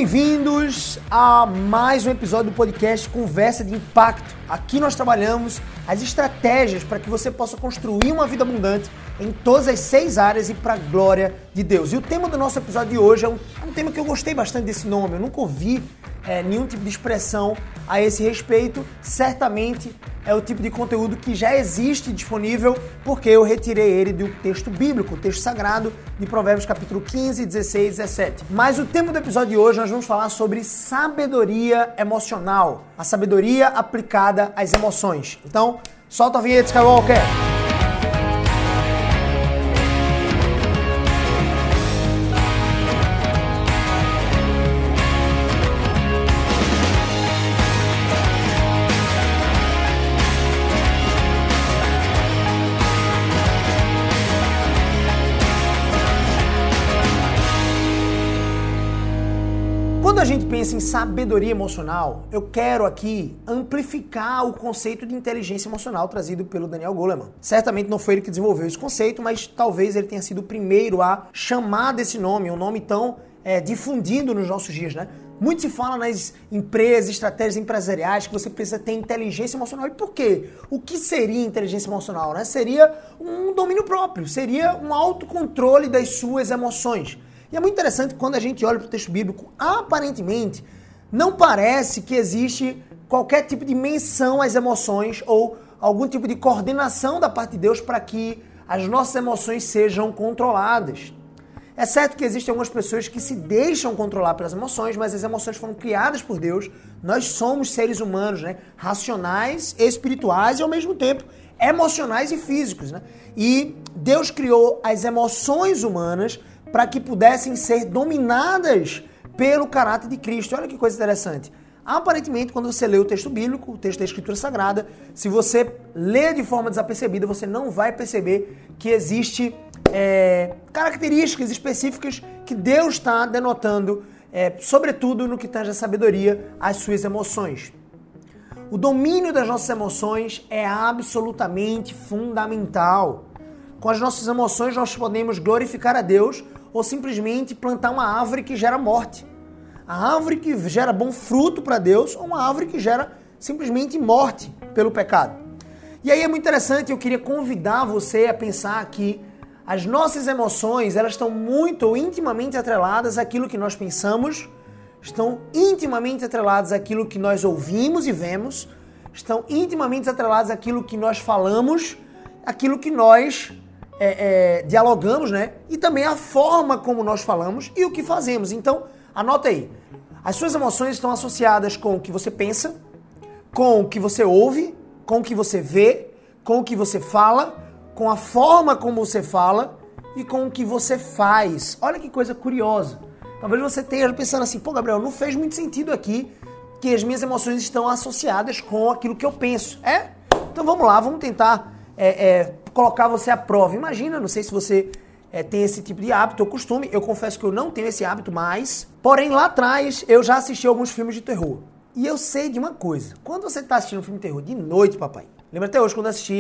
bem-vindos a mais um episódio do podcast Conversa de Impacto. Aqui nós trabalhamos as estratégias para que você possa construir uma vida abundante em todas as 6 áreas e para a glória de Deus. E o tema do nosso episódio de hoje é um tema que eu gostei bastante desse nome. Eu nunca ouvi nenhum tipo de expressão a esse respeito. Certamente é o tipo de conteúdo que já existe disponível porque eu retirei ele do texto bíblico, o texto sagrado de Provérbios capítulo 15, 16 e 17. Mas o tema do episódio de hoje nós vamos falar sobre sabedoria emocional, a sabedoria aplicada às emoções. Então, solta a vinheta, Skywalker! Quando a gente pensa em sabedoria emocional, eu quero aqui amplificar o conceito de inteligência emocional trazido pelo Daniel Goleman. Certamente não foi ele que desenvolveu esse conceito, mas talvez ele tenha sido o primeiro a chamar desse nome, um nome tão difundido nos nossos dias, né? Muito se fala nas empresas, estratégias empresariais que você precisa ter inteligência emocional. E por quê? O que seria inteligência emocional, né? Seria um domínio próprio, seria um autocontrole das suas emoções. E é muito interessante quando a gente olha para o texto bíblico, aparentemente, não parece que existe qualquer tipo de menção às emoções ou algum tipo de coordenação da parte de Deus para que as nossas emoções sejam controladas. É certo que existem algumas pessoas que se deixam controlar pelas emoções, mas as emoções foram criadas por Deus. Nós somos seres humanos, né? Racionais, espirituais e ao mesmo tempo emocionais e físicos, né? E Deus criou as emoções humanas para que pudessem ser dominadas pelo caráter de Cristo. Olha que coisa interessante. Aparentemente, quando você lê o texto bíblico, o texto da Escritura Sagrada, se você lê de forma desapercebida, você não vai perceber que existe características específicas que Deus está denotando, sobretudo no que tange a sabedoria, as suas emoções. O domínio das nossas emoções é absolutamente fundamental. Com as nossas emoções, nós podemos glorificar a Deus ou simplesmente plantar uma árvore que gera morte. A árvore que gera bom fruto para Deus ou uma árvore que gera simplesmente morte pelo pecado. E aí é muito interessante, eu queria convidar você a pensar que as nossas emoções, elas estão muito ou intimamente atreladas àquilo que nós pensamos, estão intimamente atreladas àquilo que nós ouvimos e vemos, estão intimamente atreladas àquilo que nós falamos, aquilo que nós dialogamos, né? E também a forma como nós falamos e o que fazemos. Então, anota aí. As suas emoções estão associadas com o que você pensa, com o que você ouve, com o que você vê, com o que você fala, com a forma como você fala e com o que você faz. Olha que coisa curiosa. Talvez você esteja pensando assim, pô, Gabriel, não fez muito sentido aqui que as minhas emoções estão associadas com aquilo que eu penso. Então vamos lá, vamos tentar colocar você à prova. Imagina, não sei se você tem esse tipo de hábito ou costume, eu confesso que eu não tenho esse hábito mais, porém lá atrás eu já assisti alguns filmes de terror. E eu sei de uma coisa, quando você está assistindo um filme de terror de noite, papai, lembra até hoje quando eu assisti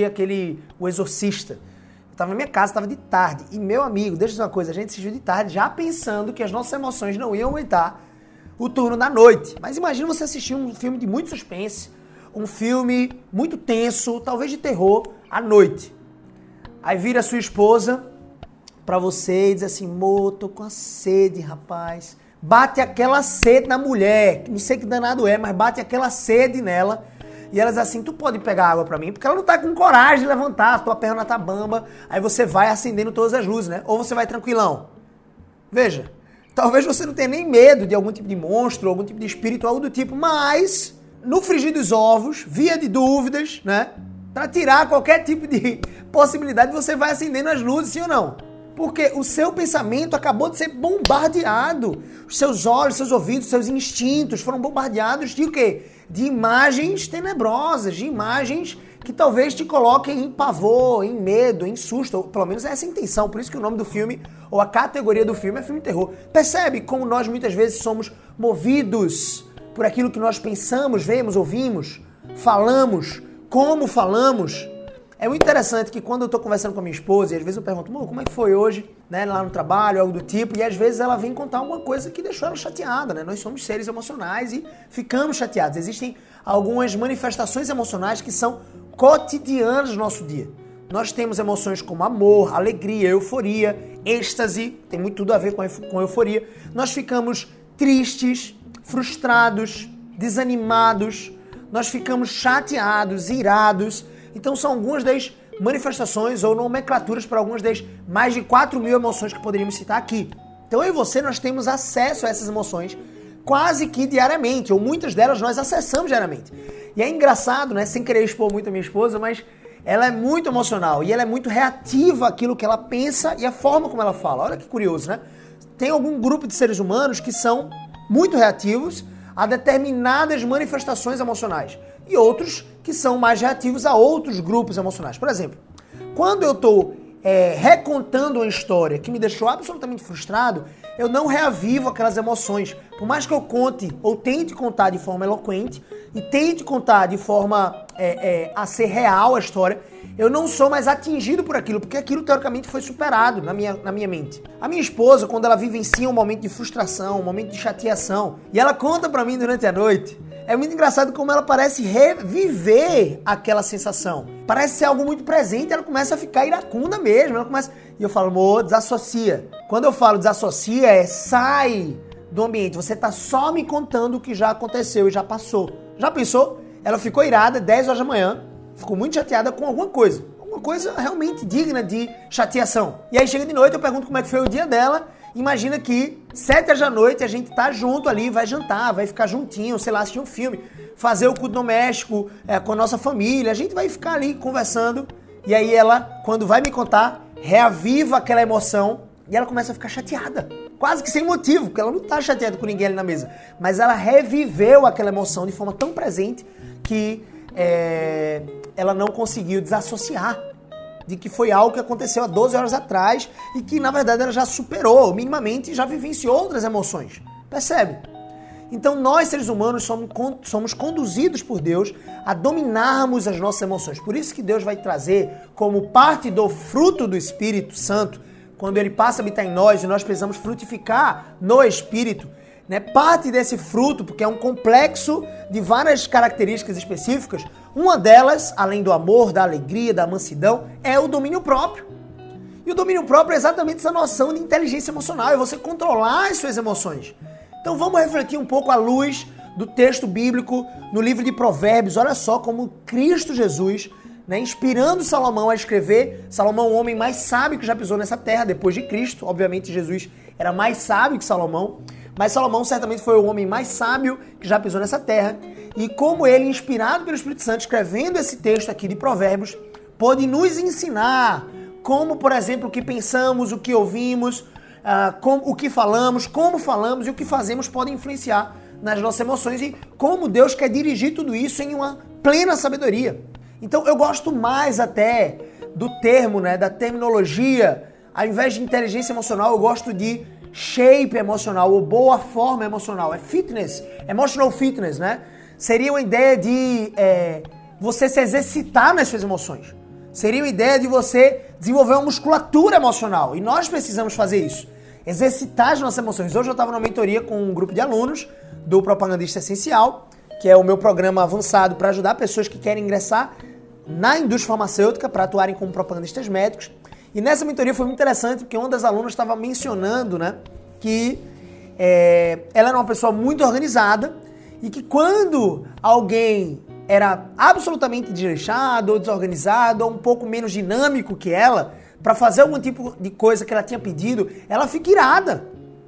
O Exorcista, eu estava na minha casa, estava de tarde, e meu amigo, deixa eu dizer uma coisa, a gente assistiu de tarde já pensando que as nossas emoções não iam aguentar o turno da noite. Mas imagina você assistir um filme de muito suspense, um filme muito tenso, talvez de terror, à noite. Aí vira a sua esposa pra você e diz assim, amor, tô com a sede, rapaz. Bate aquela sede na mulher, não sei que danado é, mas bate aquela sede nela. E ela diz assim, tu pode pegar água pra mim? Porque ela não tá com coragem de levantar, a tua perna tá bamba. Aí você vai acendendo todas as luzes, né? Ou você vai tranquilão. Veja, talvez você não tenha nem medo de algum tipo de monstro, algum tipo de espírito, algo do tipo, mas no frigir dos ovos, via de dúvidas, né? Para tirar qualquer tipo de possibilidade, você vai acendendo as luzes, sim ou não? Porque o seu pensamento acabou de ser bombardeado. Os seus olhos, seus ouvidos, seus instintos foram bombardeados de o quê? De imagens tenebrosas, de imagens que talvez te coloquem em pavor, em medo, em susto. Ou, pelo menos é essa a intenção. Por isso que o nome do filme, ou a categoria do filme, é filme de terror. Percebe como nós muitas vezes somos movidos por aquilo que nós pensamos, vemos, ouvimos, falamos, como falamos. É muito interessante que quando eu tô conversando com a minha esposa, e às vezes eu pergunto, amor, como é que foi hoje, né, lá no trabalho, algo do tipo, e às vezes ela vem contar alguma coisa que deixou ela chateada, né? Nós somos seres emocionais e ficamos chateados. Existem algumas manifestações emocionais que são cotidianas no nosso dia. Nós temos emoções como amor, alegria, euforia, êxtase, tem muito tudo a ver com euforia. Nós ficamos tristes, frustrados, desanimados, nós ficamos chateados, irados. Então são algumas das manifestações ou nomenclaturas para algumas das mais de 4.000 emoções que poderíamos citar aqui. Então eu e você, nós temos acesso a essas emoções quase que diariamente, ou muitas delas nós acessamos diariamente. E é engraçado, né, sem querer expor muito a minha esposa, mas ela é muito emocional e ela é muito reativa àquilo que ela pensa e a forma como ela fala. Olha que curioso, né? Tem algum grupo de seres humanos que são muito reativos a determinadas manifestações emocionais e outros que são mais reativos a outros grupos emocionais. Por exemplo, quando eu estou recontando uma história que me deixou absolutamente frustrado, eu não reavivo aquelas emoções. Por mais que eu conte ou tente contar de forma eloquente e tente contar de forma a ser real a história, eu não sou mais atingido por aquilo, porque aquilo teoricamente foi superado na minha mente. A minha esposa, quando ela vivencia um momento de frustração, um momento de chateação, e ela conta pra mim durante a noite, é muito engraçado como ela parece reviver aquela sensação. Parece ser algo muito presente, ela começa a ficar iracunda mesmo. E eu falo, amor, desassocia. Quando eu falo desassocia, sai do ambiente. Você tá só me contando o que já aconteceu e já passou. Já pensou? Ela ficou irada 10 horas da manhã, ficou muito chateada com alguma coisa. Alguma coisa realmente digna de chateação. E aí chega de noite, eu pergunto como é que foi o dia dela. Imagina que 7 horas da noite a gente tá junto ali, vai jantar, vai ficar juntinho, sei lá, assistir um filme, fazer o culto doméstico com a nossa família, a gente vai ficar ali conversando e aí ela, quando vai me contar, reaviva aquela emoção e ela começa a ficar chateada, quase que sem motivo, porque ela não tá chateada com ninguém ali na mesa, mas ela reviveu aquela emoção de forma tão presente que ela não conseguiu desassociar de que foi algo que aconteceu há 12 horas atrás e que, na verdade, ela já superou, minimamente, e já vivenciou outras emoções. Percebe? Então, nós, seres humanos, somos conduzidos por Deus a dominarmos as nossas emoções. Por isso que Deus vai trazer como parte do fruto do Espírito Santo, quando Ele passa a habitar em nós e nós precisamos frutificar no Espírito, né? Parte desse fruto, porque é um complexo de várias características específicas, uma delas, além do amor, da alegria, da mansidão, é o domínio próprio. E o domínio próprio é exatamente essa noção de inteligência emocional, é você controlar as suas emoções. Então vamos refletir um pouco à luz do texto bíblico no livro de Provérbios. Olha só como Cristo Jesus, né, inspirando Salomão a escrever, Salomão, o homem mais sábio que já pisou nessa terra depois de Cristo. Obviamente Jesus era mais sábio que Salomão, mas Salomão certamente foi o homem mais sábio que já pisou nessa terra. E como ele, inspirado pelo Espírito Santo, escrevendo esse texto aqui de Provérbios, pôde nos ensinar como, por exemplo, o que pensamos, o que ouvimos, o que falamos, como falamos e o que fazemos podem influenciar nas nossas emoções e como Deus quer dirigir tudo isso em uma plena sabedoria. Então eu gosto mais até do termo, né, da terminologia, ao invés de inteligência emocional, eu gosto de shape emocional ou boa forma emocional. É fitness, emotional fitness, né? Seria uma ideia de você se exercitar nas suas emoções. Seria uma ideia de você desenvolver uma musculatura emocional. E nós precisamos fazer isso. Exercitar as nossas emoções. Hoje eu estava numa mentoria com um grupo de alunos do Propagandista Essencial, que é o meu programa avançado para ajudar pessoas que querem ingressar na indústria farmacêutica para atuarem como propagandistas médicos. E nessa mentoria foi muito interessante porque uma das alunas estava mencionando, né, que ela era uma pessoa muito organizada e que quando alguém era absolutamente desleixado ou desorganizado ou um pouco menos dinâmico que ela, para fazer algum tipo de coisa que ela tinha pedido, ela fica irada.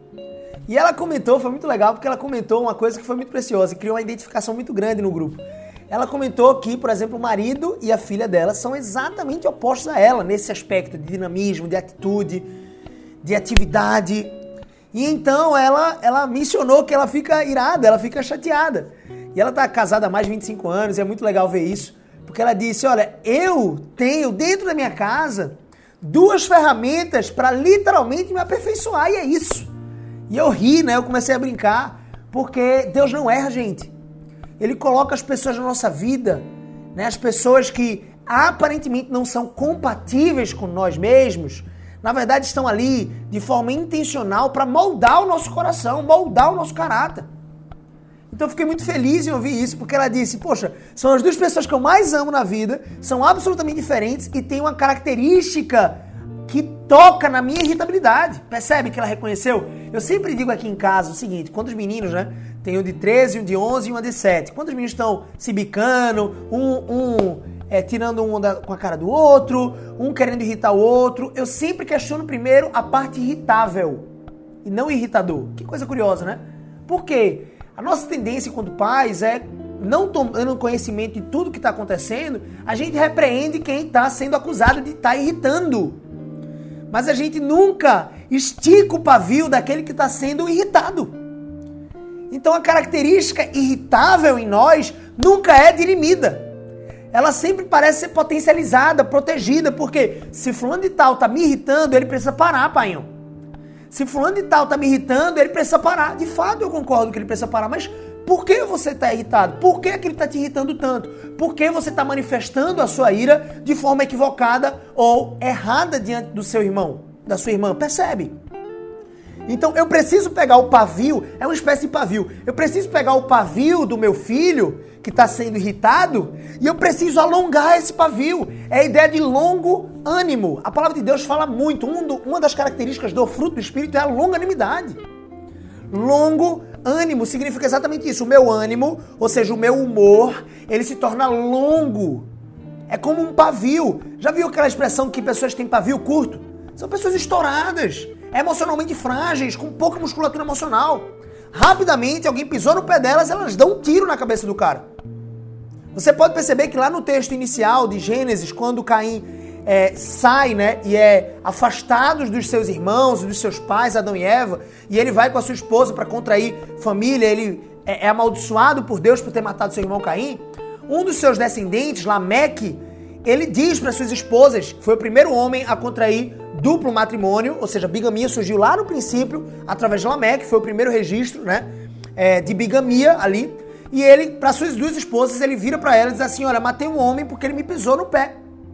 E ela comentou, foi muito legal, porque ela comentou uma coisa que foi muito preciosa e criou uma identificação muito grande no grupo. Ela comentou que, por exemplo, o marido e a filha dela são exatamente opostos a ela nesse aspecto de dinamismo, de atitude, de atividade. E então ela mencionou que ela fica irada, ela fica chateada. E ela está casada há mais de 25 anos e é muito legal ver isso, porque ela disse, olha, eu tenho dentro da minha casa 2 ferramentas para literalmente me aperfeiçoar e é isso. E eu ri, né? Eu comecei a brincar, porque Deus não erra, gente. Ele coloca as pessoas na nossa vida, né? As pessoas que aparentemente não são compatíveis com nós mesmos, na verdade estão ali de forma intencional para moldar o nosso coração, moldar o nosso caráter. Então eu fiquei muito feliz em ouvir isso, porque ela disse, poxa, são as duas pessoas que eu mais amo na vida, são absolutamente diferentes e têm uma característica que toca na minha irritabilidade. Percebe que ela reconheceu? Eu sempre digo aqui em casa o seguinte, quando os meninos, né, tem um de 13, um de 11 e uma de 7, quando os meninos estão se bicando, tirando um com a cara do outro, um querendo irritar o outro, eu sempre questiono primeiro a parte irritável e não o irritador. Que coisa curiosa, né? Por quê? A nossa tendência enquanto pais é, não tomando conhecimento de tudo que está acontecendo, a gente repreende quem está sendo acusado de estar irritando. Mas a gente nunca estica o pavio daquele que está sendo irritado. Então a característica irritável em nós nunca é dirimida. Ela sempre parece ser potencializada, protegida, porque se fulano de tal está me irritando, ele precisa parar, painho. Se fulano de tal está me irritando, ele precisa parar. De fato, eu concordo que ele precisa parar, mas por que você está irritado? Por que ele está te irritando tanto? Por que você está manifestando a sua ira de forma equivocada ou errada diante do seu irmão, da sua irmã? Percebe? Então, eu preciso pegar o pavio, é uma espécie de pavio. Eu preciso pegar o pavio do meu filho, que está sendo irritado, e eu preciso alongar esse pavio. É a ideia de longo ânimo. A palavra de Deus fala muito. Uma das características do fruto do Espírito é a longanimidade. Longo ânimo significa exatamente isso. O meu ânimo, ou seja, o meu humor, ele se torna longo. É como um pavio. Já viu aquela expressão que pessoas têm pavio curto? São pessoas estouradas, emocionalmente frágeis, com pouca musculatura emocional. Rapidamente, alguém pisou no pé delas, elas dão um tiro na cabeça do cara. Você pode perceber que lá no texto inicial de Gênesis, quando Caim sai, né, e é afastado dos seus irmãos, dos seus pais, Adão e Eva, e ele vai com a sua esposa para contrair família, ele é amaldiçoado por Deus por ter matado seu irmão Caim. Um dos seus descendentes, Lameque, ele diz para suas esposas, foi o primeiro homem a contrair duplo matrimônio, ou seja, bigamia surgiu lá no princípio, através de Lameque, foi o primeiro registro, né, de bigamia ali, e ele, para suas duas esposas, ele vira para elas e diz assim, olha, matei um homem porque ele me pisou no pé.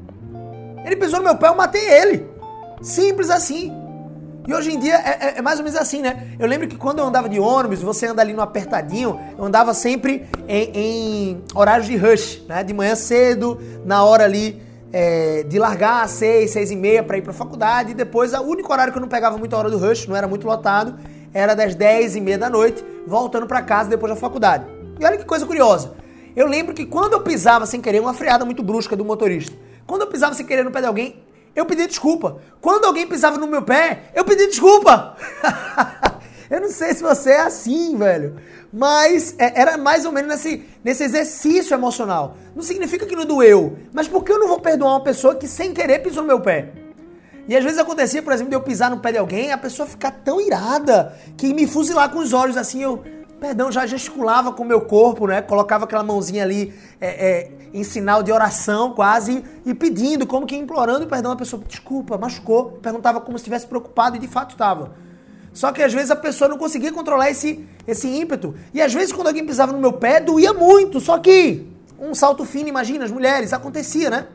Ele pisou no meu pé, eu matei ele. Simples assim. E hoje em dia é mais ou menos assim, né? Eu lembro que quando eu andava de ônibus, você anda ali no apertadinho, eu andava sempre em horários de rush, né? De manhã cedo, na hora ali de largar às 6h30 para ir para a faculdade, e depois o único horário que eu não pegava muito a hora do rush, não era muito lotado, era das 10h30 da noite, voltando para casa depois da faculdade. E olha que coisa curiosa. Eu lembro que quando eu pisava sem querer, uma freada muito brusca do motorista, quando eu pisava sem querer no pé de alguém, eu pedi desculpa. Quando alguém pisava no meu pé, eu pedi desculpa. Eu não sei se você é assim, velho. Mas era mais ou menos nesse exercício emocional. Não significa que não doeu. Mas por que eu não vou perdoar uma pessoa que sem querer pisou no meu pé? E às vezes acontecia, por exemplo, de eu pisar no pé de alguém, a pessoa ficar tão irada que me fuzilar com os olhos assim, perdão, já gesticulava com o meu corpo, né? Colocava aquela mãozinha ali em sinal de oração quase e pedindo, como que implorando perdão a pessoa. Desculpa, machucou. Perguntava como se estivesse preocupado e de fato estava. Só que às vezes a pessoa não conseguia controlar esse ímpeto. E às vezes quando alguém pisava no meu pé, doía muito. Só que um salto fino, imagina, as mulheres, acontecia, né?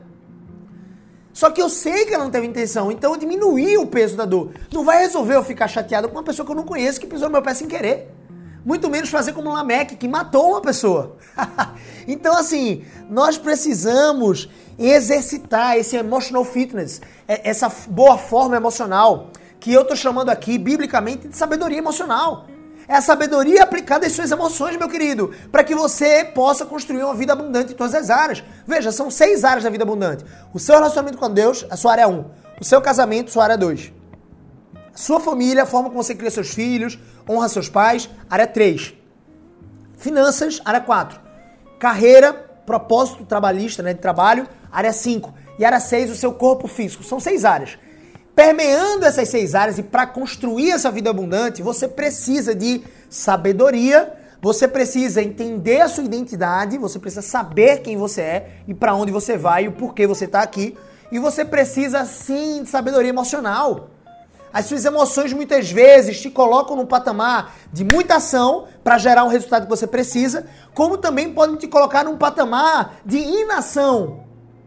Só que eu sei que ela não teve intenção, então eu diminuí o peso da dor. Não vai resolver eu ficar chateado com uma pessoa que eu não conheço que pisou no meu pé sem querer. Muito menos fazer como Lameque, que matou uma pessoa. Então, assim, nós precisamos exercitar esse emotional fitness, essa boa forma emocional, que eu estou chamando aqui, biblicamente, de sabedoria emocional. É a sabedoria aplicada às suas emoções, meu querido, para que você possa construir uma vida abundante em todas as áreas. Veja, são 6 áreas da vida abundante. O seu relacionamento com Deus, a sua área 1. O seu casamento, sua área 2. Sua família, a forma como você cria seus filhos, honra seus pais, área 3. Finanças, área 4. Carreira, propósito trabalhista, né, de trabalho, área 5. E área 6, o seu corpo físico. São 6 áreas. Permeando essas 6 áreas e para construir essa vida abundante, você precisa de sabedoria, você precisa entender a sua identidade, você precisa saber quem você é e para onde você vai e o porquê você está aqui. E você precisa, sim, de sabedoria emocional. As suas emoções muitas vezes te colocam num patamar de muita ação para gerar um resultado que você precisa, como também podem te colocar num patamar de inação.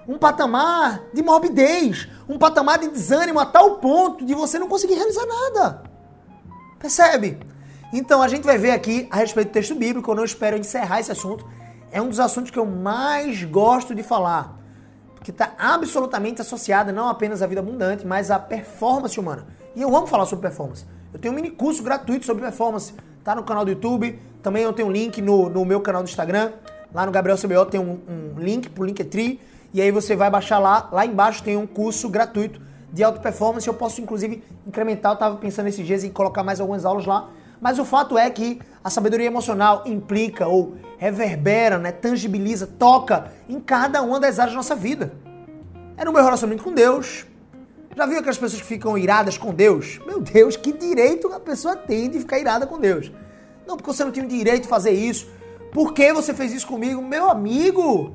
um patamar de morbidez, um patamar de desânimo a tal ponto de você não conseguir realizar nada. Percebe? Então a gente vai ver aqui a respeito do texto bíblico, eu não espero encerrar esse assunto. É um dos assuntos que eu mais gosto de falar, que está absolutamente associada não apenas à vida abundante, mas à performance humana. E eu amo falar sobre performance. Eu tenho um mini curso gratuito sobre performance, tá no canal do YouTube, também eu tenho um link no meu canal do Instagram, lá no Gabriel CBO tem um link pro Linktree, e aí você vai baixar lá embaixo tem um curso gratuito de alta performance, eu posso inclusive incrementar, eu estava pensando esses dias em colocar mais algumas aulas lá, mas o fato é que a sabedoria emocional implica ou reverbera, né, tangibiliza, toca em cada uma das áreas da nossa vida. É no meu relacionamento com Deus. Já viu aquelas pessoas que ficam iradas com Deus? Meu Deus, que direito a pessoa tem de ficar irada com Deus? Não, porque você não tinha o direito de fazer isso. Por que você fez isso comigo? Meu amigo,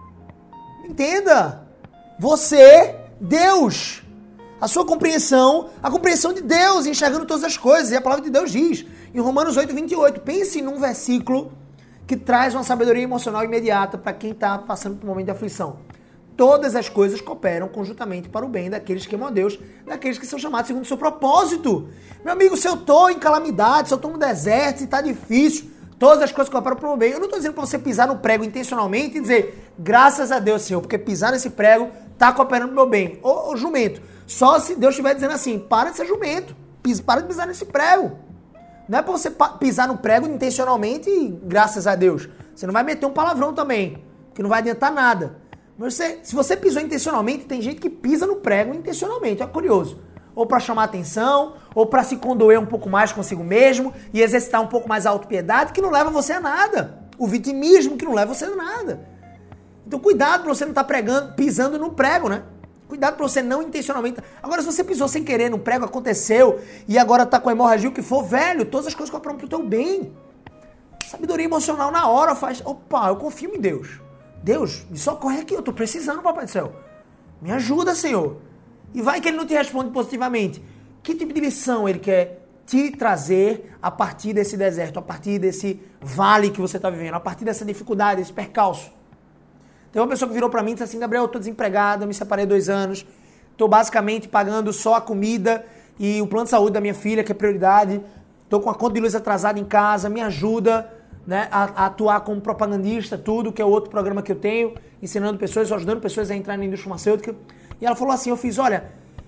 entenda. Você, Deus. A sua compreensão, a compreensão de Deus, enxergando todas as coisas. E a palavra de Deus diz, em Romanos 8:28, pense num versículo que traz uma sabedoria emocional imediata para quem está passando por um momento de aflição. Todas as coisas cooperam conjuntamente para o bem daqueles que amam a Deus, daqueles que são chamados segundo o seu propósito. Meu amigo, se eu estou em calamidade, se eu estou no deserto, se está difícil, todas as coisas cooperam para o bem. Eu não estou dizendo para você pisar no prego intencionalmente e dizer, graças a Deus, Senhor, porque pisar nesse prego está cooperando para o meu bem. Ô jumento, só se Deus estiver dizendo assim, para de ser jumento, para de pisar nesse prego. Não é para você pisar no prego intencionalmente e graças a Deus. Você não vai meter um palavrão também, que não vai adiantar nada. Mas se você pisou intencionalmente, tem gente que pisa no prego intencionalmente, é curioso. Ou para chamar atenção, ou para se condoer um pouco mais consigo mesmo e exercitar um pouco mais a autopiedade, que não leva você a nada. O vitimismo que não leva você a nada. Então cuidado para você não estar pisando no prego, né? Cuidado para você não intencionalmente. Agora, se você pisou sem querer no prego, aconteceu, e agora tá com a hemorragia, o que for, velho, todas as coisas cooperam pro teu bem. Sabedoria emocional na hora faz, opa, eu confio em Deus. Deus, me socorre aqui, eu tô precisando, papai do céu. Me ajuda, Senhor. E vai que ele não te responde positivamente. Que tipo de missão ele quer te trazer a partir desse deserto, a partir desse vale que você tá vivendo, a partir dessa dificuldade, desse percalço? Tem uma pessoa que virou pra mim e disse assim, Gabriel, eu tô desempregado, eu me separei 2 anos, tô basicamente pagando só a comida e o plano de saúde da minha filha, que é prioridade, tô com a conta de luz atrasada em casa, me ajuda, né, a atuar como propagandista, tudo, que é o outro programa que eu tenho, ensinando pessoas, ajudando pessoas a entrar na indústria farmacêutica. E ela falou assim, eu fiz, olha,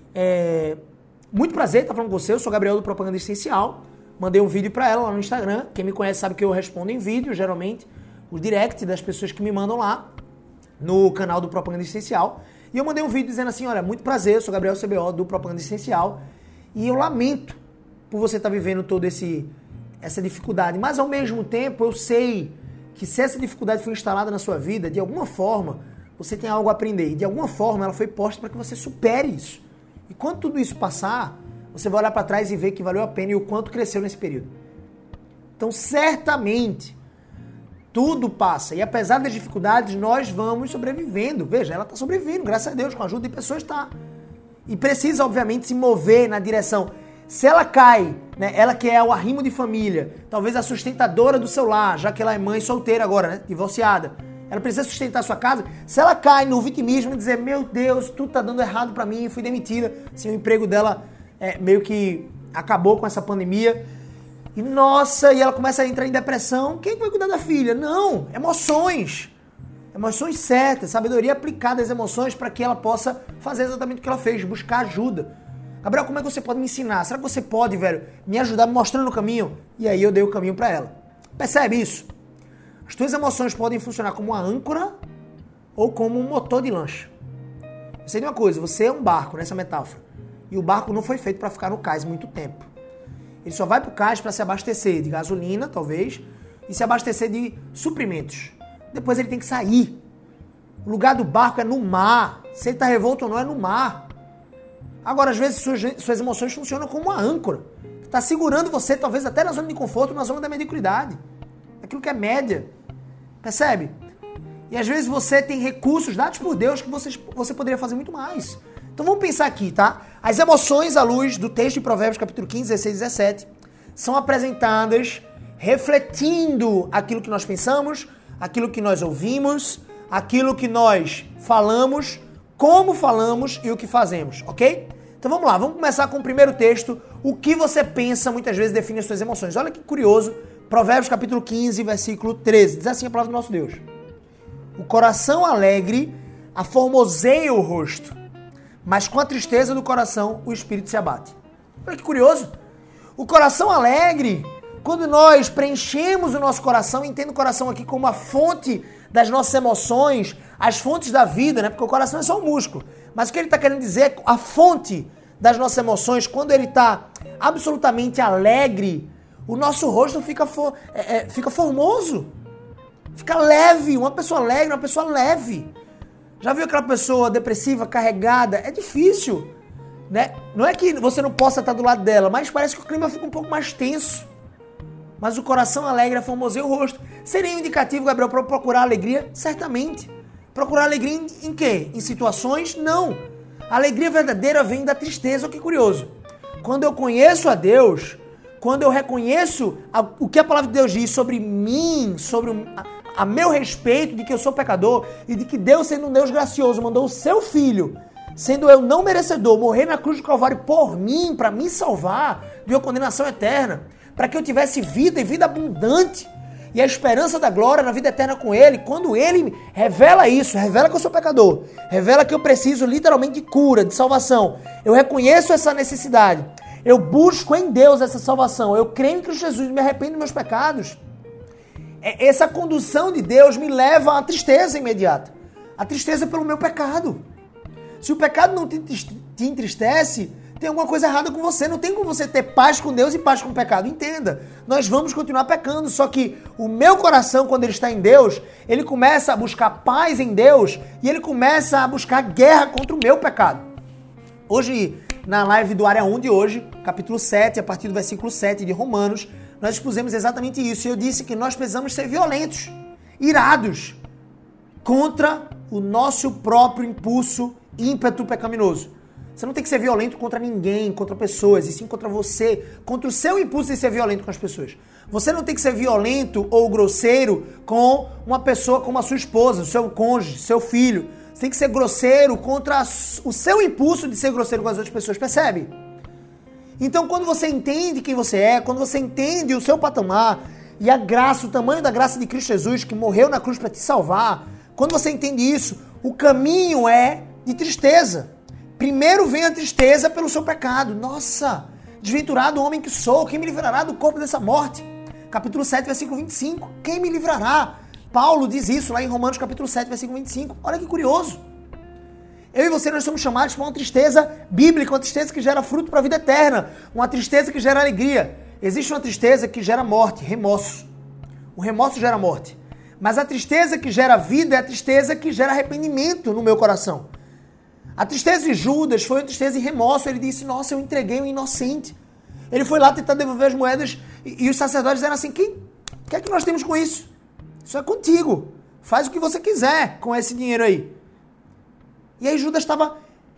muito prazer estar falando com você, eu sou Gabriel do Propaganda Essencial, mandei um vídeo pra ela lá no Instagram, quem me conhece sabe que eu respondo em vídeo, geralmente, o direct das pessoas que me mandam lá, no canal do Propaganda Essencial, e eu mandei um vídeo dizendo assim, olha, muito prazer, eu sou Gabriel CBO do Propaganda Essencial, e eu lamento por você estar vivendo toda essa dificuldade, mas ao mesmo tempo eu sei que se essa dificuldade foi instalada na sua vida, de alguma forma você tem algo a aprender, e de alguma forma ela foi posta para que você supere isso. E quando tudo isso passar, você vai olhar para trás e ver que valeu a pena e o quanto cresceu nesse período. Então, certamente, tudo passa. E apesar das dificuldades, nós vamos sobrevivendo. Veja, ela está sobrevivendo, graças a Deus, com a ajuda de pessoas, tá. E precisa, obviamente, se mover na direção. Se ela cai, né, ela que é o arrimo de família, talvez a sustentadora do seu lar, já que ela é mãe solteira agora, né, divorciada, ela precisa sustentar a sua casa. Se ela cai no vitimismo e dizer, meu Deus, tudo tá dando errado pra mim, fui demitida, assim, o emprego dela meio que acabou com essa pandemia, e nossa, e ela começa a entrar em depressão, quem vai cuidar da filha? Não, emoções certas, sabedoria aplicada às emoções para que ela possa fazer exatamente o que ela fez, buscar ajuda. Gabriel, como é que você pode me ensinar? Será que você pode, velho, me ajudar me mostrando o caminho? E aí eu dei o caminho para ela. Percebe isso? As tuas emoções podem funcionar como uma âncora ou como um motor de lancha. Você tem uma coisa, você é um barco nessa metáfora. E o barco não foi feito para ficar no cais muito tempo. Ele só vai para o cais para se abastecer de gasolina, talvez, e se abastecer de suprimentos. Depois ele tem que sair. O lugar do barco é no mar. Se ele está revolto ou não, é no mar. Agora, às vezes, suas emoções funcionam como uma âncora. Está segurando você, talvez até na zona de conforto, na zona da mediocridade. Aquilo que é média. Percebe? E às vezes você tem recursos dados por Deus que você poderia fazer muito mais. Então vamos pensar aqui, tá? As emoções à luz do texto de Provérbios, capítulo 15, 16 e 17, são apresentadas refletindo aquilo que nós pensamos, aquilo que nós ouvimos, aquilo que nós falamos, como falamos e o que fazemos, ok? Então vamos lá, vamos começar com o primeiro texto. O que você pensa muitas vezes define as suas emoções. Olha que curioso, Provérbios capítulo 15, versículo 13. Diz assim a palavra do nosso Deus: o coração alegre aformoseia o rosto, mas com a tristeza do coração o espírito se abate. Olha que curioso. O coração alegre, quando nós preenchemos o nosso coração, entendo o coração aqui como a fonte das nossas emoções, as fontes da vida, né? Porque o coração é só um músculo. Mas o que ele está querendo dizer é que a fonte das nossas emoções, quando ele está absolutamente alegre, o nosso rosto fica formoso, fica leve. Uma pessoa alegre, uma pessoa leve. Já viu aquela pessoa depressiva, carregada? É difícil, né? Não é que você não possa estar do lado dela, mas parece que o clima fica um pouco mais tenso. Mas o coração alegre formoseia o rosto. Seria um indicativo, Gabriel, para procurar alegria? Certamente. Procurar alegria em quê? Em situações? Não. A alegria verdadeira vem da tristeza. Olha que curioso. Quando eu conheço a Deus, quando eu reconheço o que a palavra de Deus diz sobre mim, sobre a meu respeito, de que eu sou pecador e de que Deus, sendo um Deus gracioso, mandou o seu filho, sendo eu não merecedor, morrer na cruz do Calvário por mim, para me salvar de uma condenação eterna, para que eu tivesse vida e vida abundante e a esperança da glória na vida eterna com Ele. Quando Ele revela isso, revela que eu sou pecador, revela que eu preciso literalmente de cura, de salvação, eu reconheço essa necessidade, eu busco em Deus essa salvação, eu creio em Cristo Jesus, me arrependo dos meus pecados. Essa condução de Deus me leva à tristeza imediata, a tristeza pelo meu pecado. Se o pecado não te entristece, tem alguma coisa errada com você. Não tem como você ter paz com Deus e paz com o pecado. Entenda, nós vamos continuar pecando, só que o meu coração, quando ele está em Deus, ele começa a buscar paz em Deus e ele começa a buscar guerra contra o meu pecado. Hoje, na live do Área 1 de hoje, capítulo 7, a partir do versículo 7 de Romanos, nós expusemos exatamente isso. Eu disse que nós precisamos ser violentos, irados, contra o nosso próprio impulso, ímpeto pecaminoso. Você não tem que ser violento contra ninguém, contra pessoas, e sim contra você, contra o seu impulso de ser violento com as pessoas. Você não tem que ser violento ou grosseiro com uma pessoa como a sua esposa, o seu cônjuge, seu filho. Você tem que ser grosseiro contra o seu impulso de ser grosseiro com as outras pessoas, percebe? Então, quando você entende quem você é, quando você entende o seu patamar e a graça, o tamanho da graça de Cristo Jesus, que morreu na cruz para te salvar, quando você entende isso, o caminho é de tristeza. Primeiro vem a tristeza pelo seu pecado. Nossa, desventurado homem que sou, quem me livrará do corpo dessa morte? Capítulo 7, versículo 25. Quem me livrará? Paulo diz isso lá em Romanos capítulo 7, versículo 25. Olha que curioso. Eu e você, nós somos chamados para uma tristeza bíblica, uma tristeza que gera fruto para a vida eterna, uma tristeza que gera alegria. Existe uma tristeza que gera morte, remorso. O remorso gera morte. Mas a tristeza que gera vida é a tristeza que gera arrependimento no meu coração. A tristeza de Judas foi uma tristeza e remorso. Ele disse, nossa, eu entreguei um inocente. Ele foi lá tentar devolver as moedas e os sacerdotes disseram assim, o que é que nós temos com isso? Isso é contigo. Faz o que você quiser com esse dinheiro aí. E aí Judas estava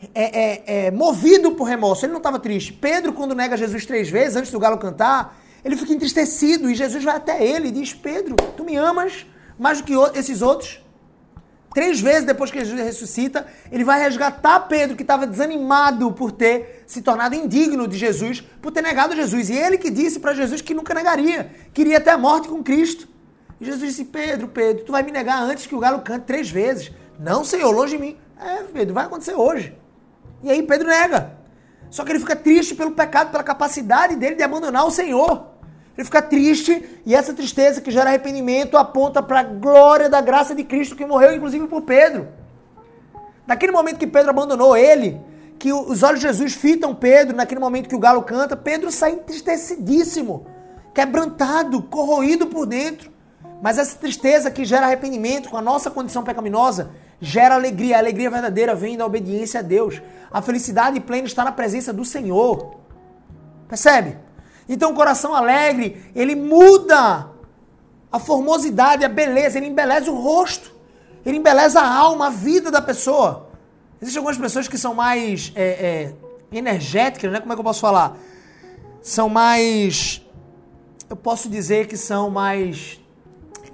movido por remorso. Ele não estava triste. Pedro, quando nega Jesus 3 vezes, antes do galo cantar, ele fica entristecido. E Jesus vai até ele e diz, Pedro, tu me amas mais do que esses outros? 3 vezes depois que Jesus ressuscita, ele vai resgatar Pedro, que estava desanimado por ter se tornado indigno de Jesus, por ter negado Jesus. E ele que disse para Jesus que nunca negaria, queria até a morte com Cristo. E Jesus disse, Pedro, tu vai me negar antes que o galo cante 3 vezes. Não, Senhor, longe de mim. Pedro, vai acontecer hoje. E aí Pedro nega. Só que ele fica triste pelo pecado, pela capacidade dele de abandonar o Senhor. Ele fica triste e essa tristeza que gera arrependimento aponta para a glória da graça de Cristo que morreu inclusive por Pedro. Naquele momento que Pedro abandonou ele, que os olhos de Jesus fitam Pedro, naquele momento que o galo canta, Pedro sai entristecidíssimo, quebrantado, corroído por dentro. Mas essa tristeza que gera arrependimento com a nossa condição pecaminosa, gera alegria. A alegria verdadeira vem da obediência a Deus. A felicidade plena está na presença do Senhor. Percebe? Então o coração alegre, ele muda a formosidade, a beleza, ele embeleza o rosto, ele embeleza a alma, a vida da pessoa. Existem algumas pessoas que são mais energéticas, né? Como é que eu posso falar? São mais, eu posso dizer que são mais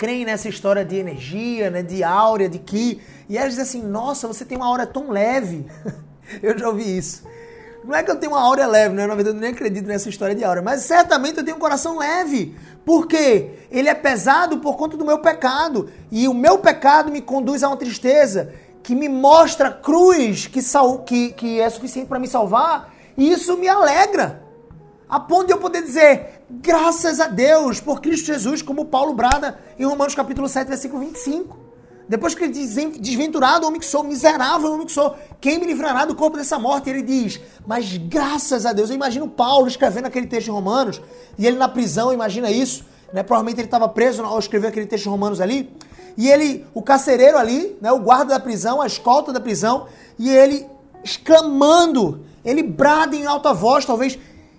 creem nessa história de energia, né, de áurea, de ki, e elas dizem assim, nossa, você tem uma áurea tão leve. Eu já ouvi isso. Não é que eu tenho uma áurea leve, né? Na verdade eu nem acredito nessa história de áurea, mas certamente eu tenho um coração leve. Por quê? Ele é pesado por conta do meu pecado. E o meu pecado me conduz a uma tristeza que me mostra a cruz que é suficiente para me salvar. E isso me alegra. A ponto de eu poder dizer, graças a Deus, por Cristo Jesus, como Paulo brada em Romanos capítulo 7, versículo 25. Depois que ele diz, desventurado homem que sou, miserável homem que sou, quem me livrará do corpo dessa morte? Ele diz, mas graças a Deus. Eu imagino Paulo escrevendo aquele texto em Romanos, e ele na prisão, imagina isso, né? Provavelmente ele estava preso ao escrever aquele texto em Romanos ali, e ele, o carcereiro ali, né? O guarda da prisão, a escolta da prisão, e ele exclamando, ele brada em alta voz, talvez,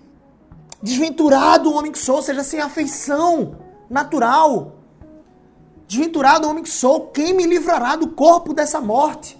desventurado homem que sou, ou seja, sem afeição natural. Desventurado homem que sou, quem me livrará do corpo dessa morte?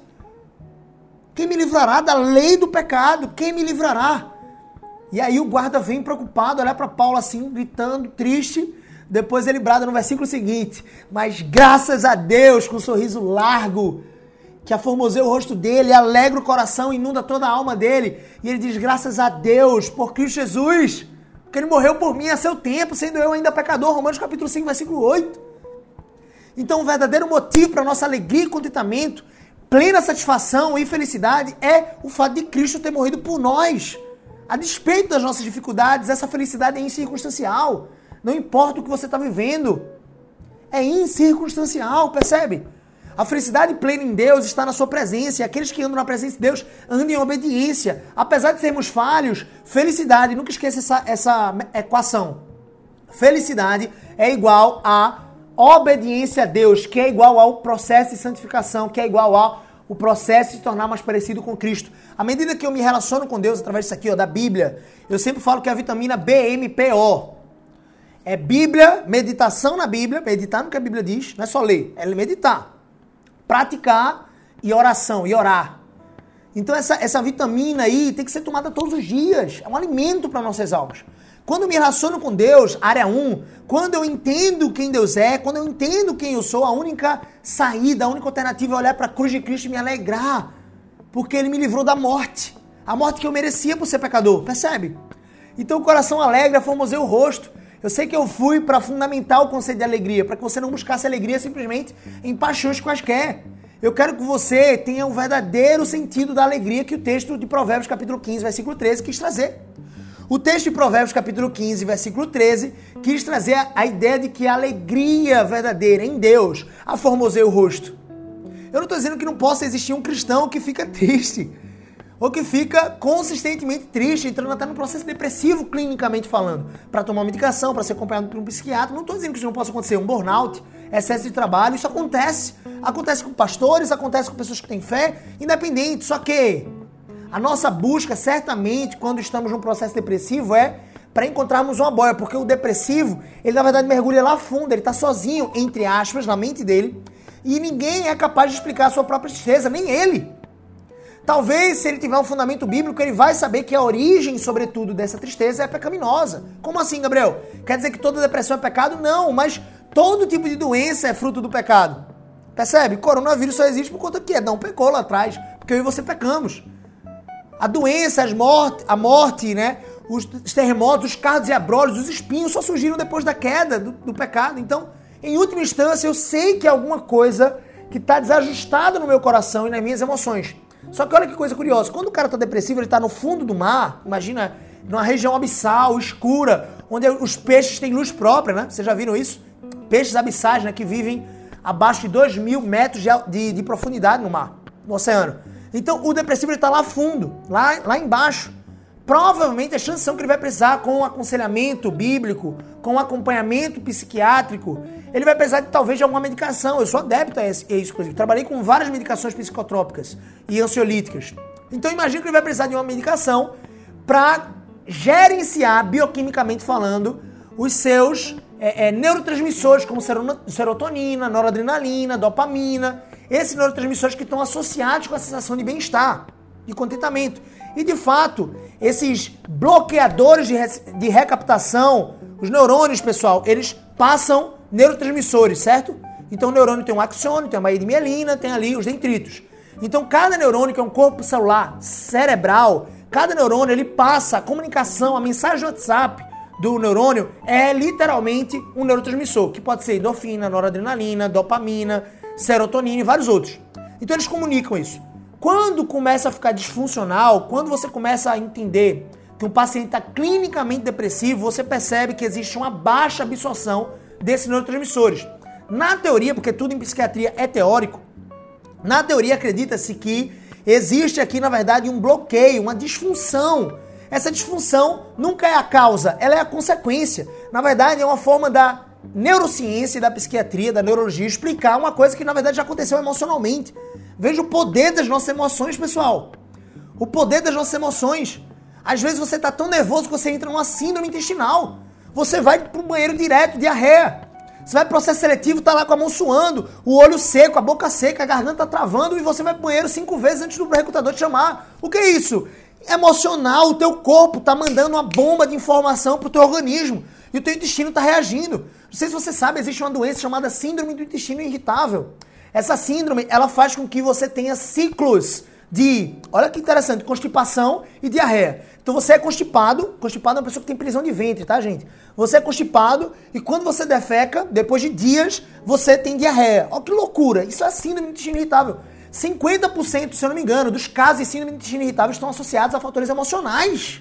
Quem me livrará da lei do pecado? Quem me livrará? E aí o guarda vem preocupado, olha para Paulo assim, gritando, triste. Depois ele brada no versículo seguinte, mas graças a Deus, com um sorriso largo, que aformoseia o rosto dele, alegra o coração, inunda toda a alma dele. E ele diz, graças a Deus, por Cristo Jesus, porque ele morreu por mim a seu tempo, sendo eu ainda pecador. Romanos capítulo 5, versículo 8. Então, o verdadeiro motivo para a nossa alegria e contentamento, plena satisfação e felicidade é o fato de Cristo ter morrido por nós. A despeito das nossas dificuldades, essa felicidade é incircunstancial. Não importa o que você está vivendo. É incircunstancial, percebe? A felicidade plena em Deus está na sua presença. E aqueles que andam na presença de Deus andam em obediência. Apesar de sermos falhos, felicidade, nunca esqueça essa equação. Felicidade é igual a obediência a Deus, que é igual ao processo de santificação, que é igual ao processo de se tornar mais parecido com Cristo. À medida que eu me relaciono com Deus através disso aqui, ó, da Bíblia, eu sempre falo que é a vitamina BMPO. É Bíblia, meditação na Bíblia, meditar no que a Bíblia diz, não é só ler, é meditar. Praticar e oração, e orar. Então essa vitamina aí tem que ser tomada todos os dias. É um alimento para nossas almas. Quando eu me relaciono com Deus, área 1, quando eu entendo quem Deus é, quando eu entendo quem eu sou, a única saída, a única alternativa é olhar para a cruz de Cristo e me alegrar. Porque Ele me livrou da morte. A morte que eu merecia por ser pecador, percebe? Então o coração alegre, aformoseia o rosto. Eu sei que eu fui para fundamentar o conceito de alegria, para que você não buscasse alegria simplesmente em paixões quaisquer. Eu quero que você tenha o verdadeiro sentido da alegria que o texto de Provérbios capítulo 15, versículo 13 quis trazer. O texto de Provérbios capítulo 15, versículo 13, quis trazer a ideia de que a alegria verdadeira em Deus aformoseia o rosto. Eu não estou dizendo que não possa existir um cristão que fica triste, ou que fica consistentemente triste, entrando até num processo depressivo, clinicamente falando, para tomar medicação, para ser acompanhado por um psiquiatra. Não estou dizendo que isso não possa acontecer, um burnout, excesso de trabalho, isso acontece. Acontece com pastores, acontece com pessoas que têm fé, independente, só que a nossa busca, certamente, quando estamos num processo depressivo, é para encontrarmos uma boia, porque o depressivo, ele na verdade mergulha lá fundo, ele está sozinho, entre aspas, na mente dele, e ninguém é capaz de explicar a sua própria tristeza, nem ele. Talvez, se ele tiver um fundamento bíblico, ele vai saber que a origem, sobretudo, dessa tristeza é pecaminosa. Como assim, Gabriel? Quer dizer que toda depressão é pecado? Não, mas todo tipo de doença é fruto do pecado. Percebe? Coronavírus só existe por conta que Adão pecou lá atrás, porque eu e você pecamos. A doença, a morte, né? Os terremotos, os cardos e abrolhos, os espinhos só surgiram depois da queda do pecado. Então, em última instância, eu sei que é alguma coisa que está desajustada no meu coração e nas minhas emoções. Só que olha que coisa curiosa, quando o cara está depressivo, ele está no fundo do mar, imagina, numa região abissal, escura, onde os peixes têm luz própria, né? Vocês já viram isso? Peixes abissais, né? Que vivem abaixo de 2.000 metros de profundidade no mar, no oceano. Então, o depressivo está lá fundo, lá embaixo. Provavelmente, as chances são que ele vai precisar, com um aconselhamento bíblico, com um acompanhamento psiquiátrico, ele vai precisar talvez de alguma medicação. Eu sou adepto a isso, inclusive. Trabalhei com várias medicações psicotrópicas e ansiolíticas. Então, imagina que ele vai precisar de uma medicação para gerenciar, bioquimicamente falando, os seus neurotransmissores, como serotonina, noradrenalina, dopamina, esses neurotransmissores que estão associados com a sensação de bem-estar, de contentamento. E, de fato, esses bloqueadores de recaptação, os neurônios, pessoal, eles passam neurotransmissores, certo? Então o neurônio tem um axônio, tem uma baía de mielina, tem ali os dendritos. Então cada neurônio, que é um corpo celular cerebral, cada neurônio ele passa a comunicação, a mensagem do WhatsApp do neurônio é literalmente um neurotransmissor, que pode ser endorfina, noradrenalina, dopamina, serotonina e vários outros. Então eles comunicam isso. Quando começa a ficar disfuncional, quando você começa a entender que um paciente está clinicamente depressivo, você percebe que existe uma baixa absorção desses neurotransmissores. Na teoria, porque tudo em psiquiatria é teórico, na teoria acredita-se que existe aqui, na verdade, um bloqueio, uma disfunção. Essa disfunção nunca é a causa, ela é a consequência. Na verdade, é uma forma da neurociência e da psiquiatria, da neurologia, explicar uma coisa que, na verdade, já aconteceu emocionalmente. Veja o poder das nossas emoções, pessoal. O poder das nossas emoções. Às vezes você está tão nervoso que você entra numa síndrome intestinal. Você vai para o banheiro direto, diarreia. Você vai pro processo seletivo, tá lá com a mão suando, o olho seco, a boca seca, a garganta travando e você vai pro banheiro 5 vezes antes do recrutador te chamar. O que é isso? Emocional, o teu corpo tá mandando uma bomba de informação pro teu organismo e o teu intestino tá reagindo. Não sei se você sabe, existe uma doença chamada síndrome do intestino irritável. Essa síndrome, ela faz com que você tenha ciclos de, olha que interessante, constipação e diarreia. Então você é constipado é uma pessoa que tem prisão de ventre, tá, gente? Você é constipado e quando você defeca, depois de dias, você tem diarreia. Olha que loucura, isso é síndrome do intestino irritável. 50%, se eu não me engano, dos casos de síndrome do intestino irritável estão associados a fatores emocionais.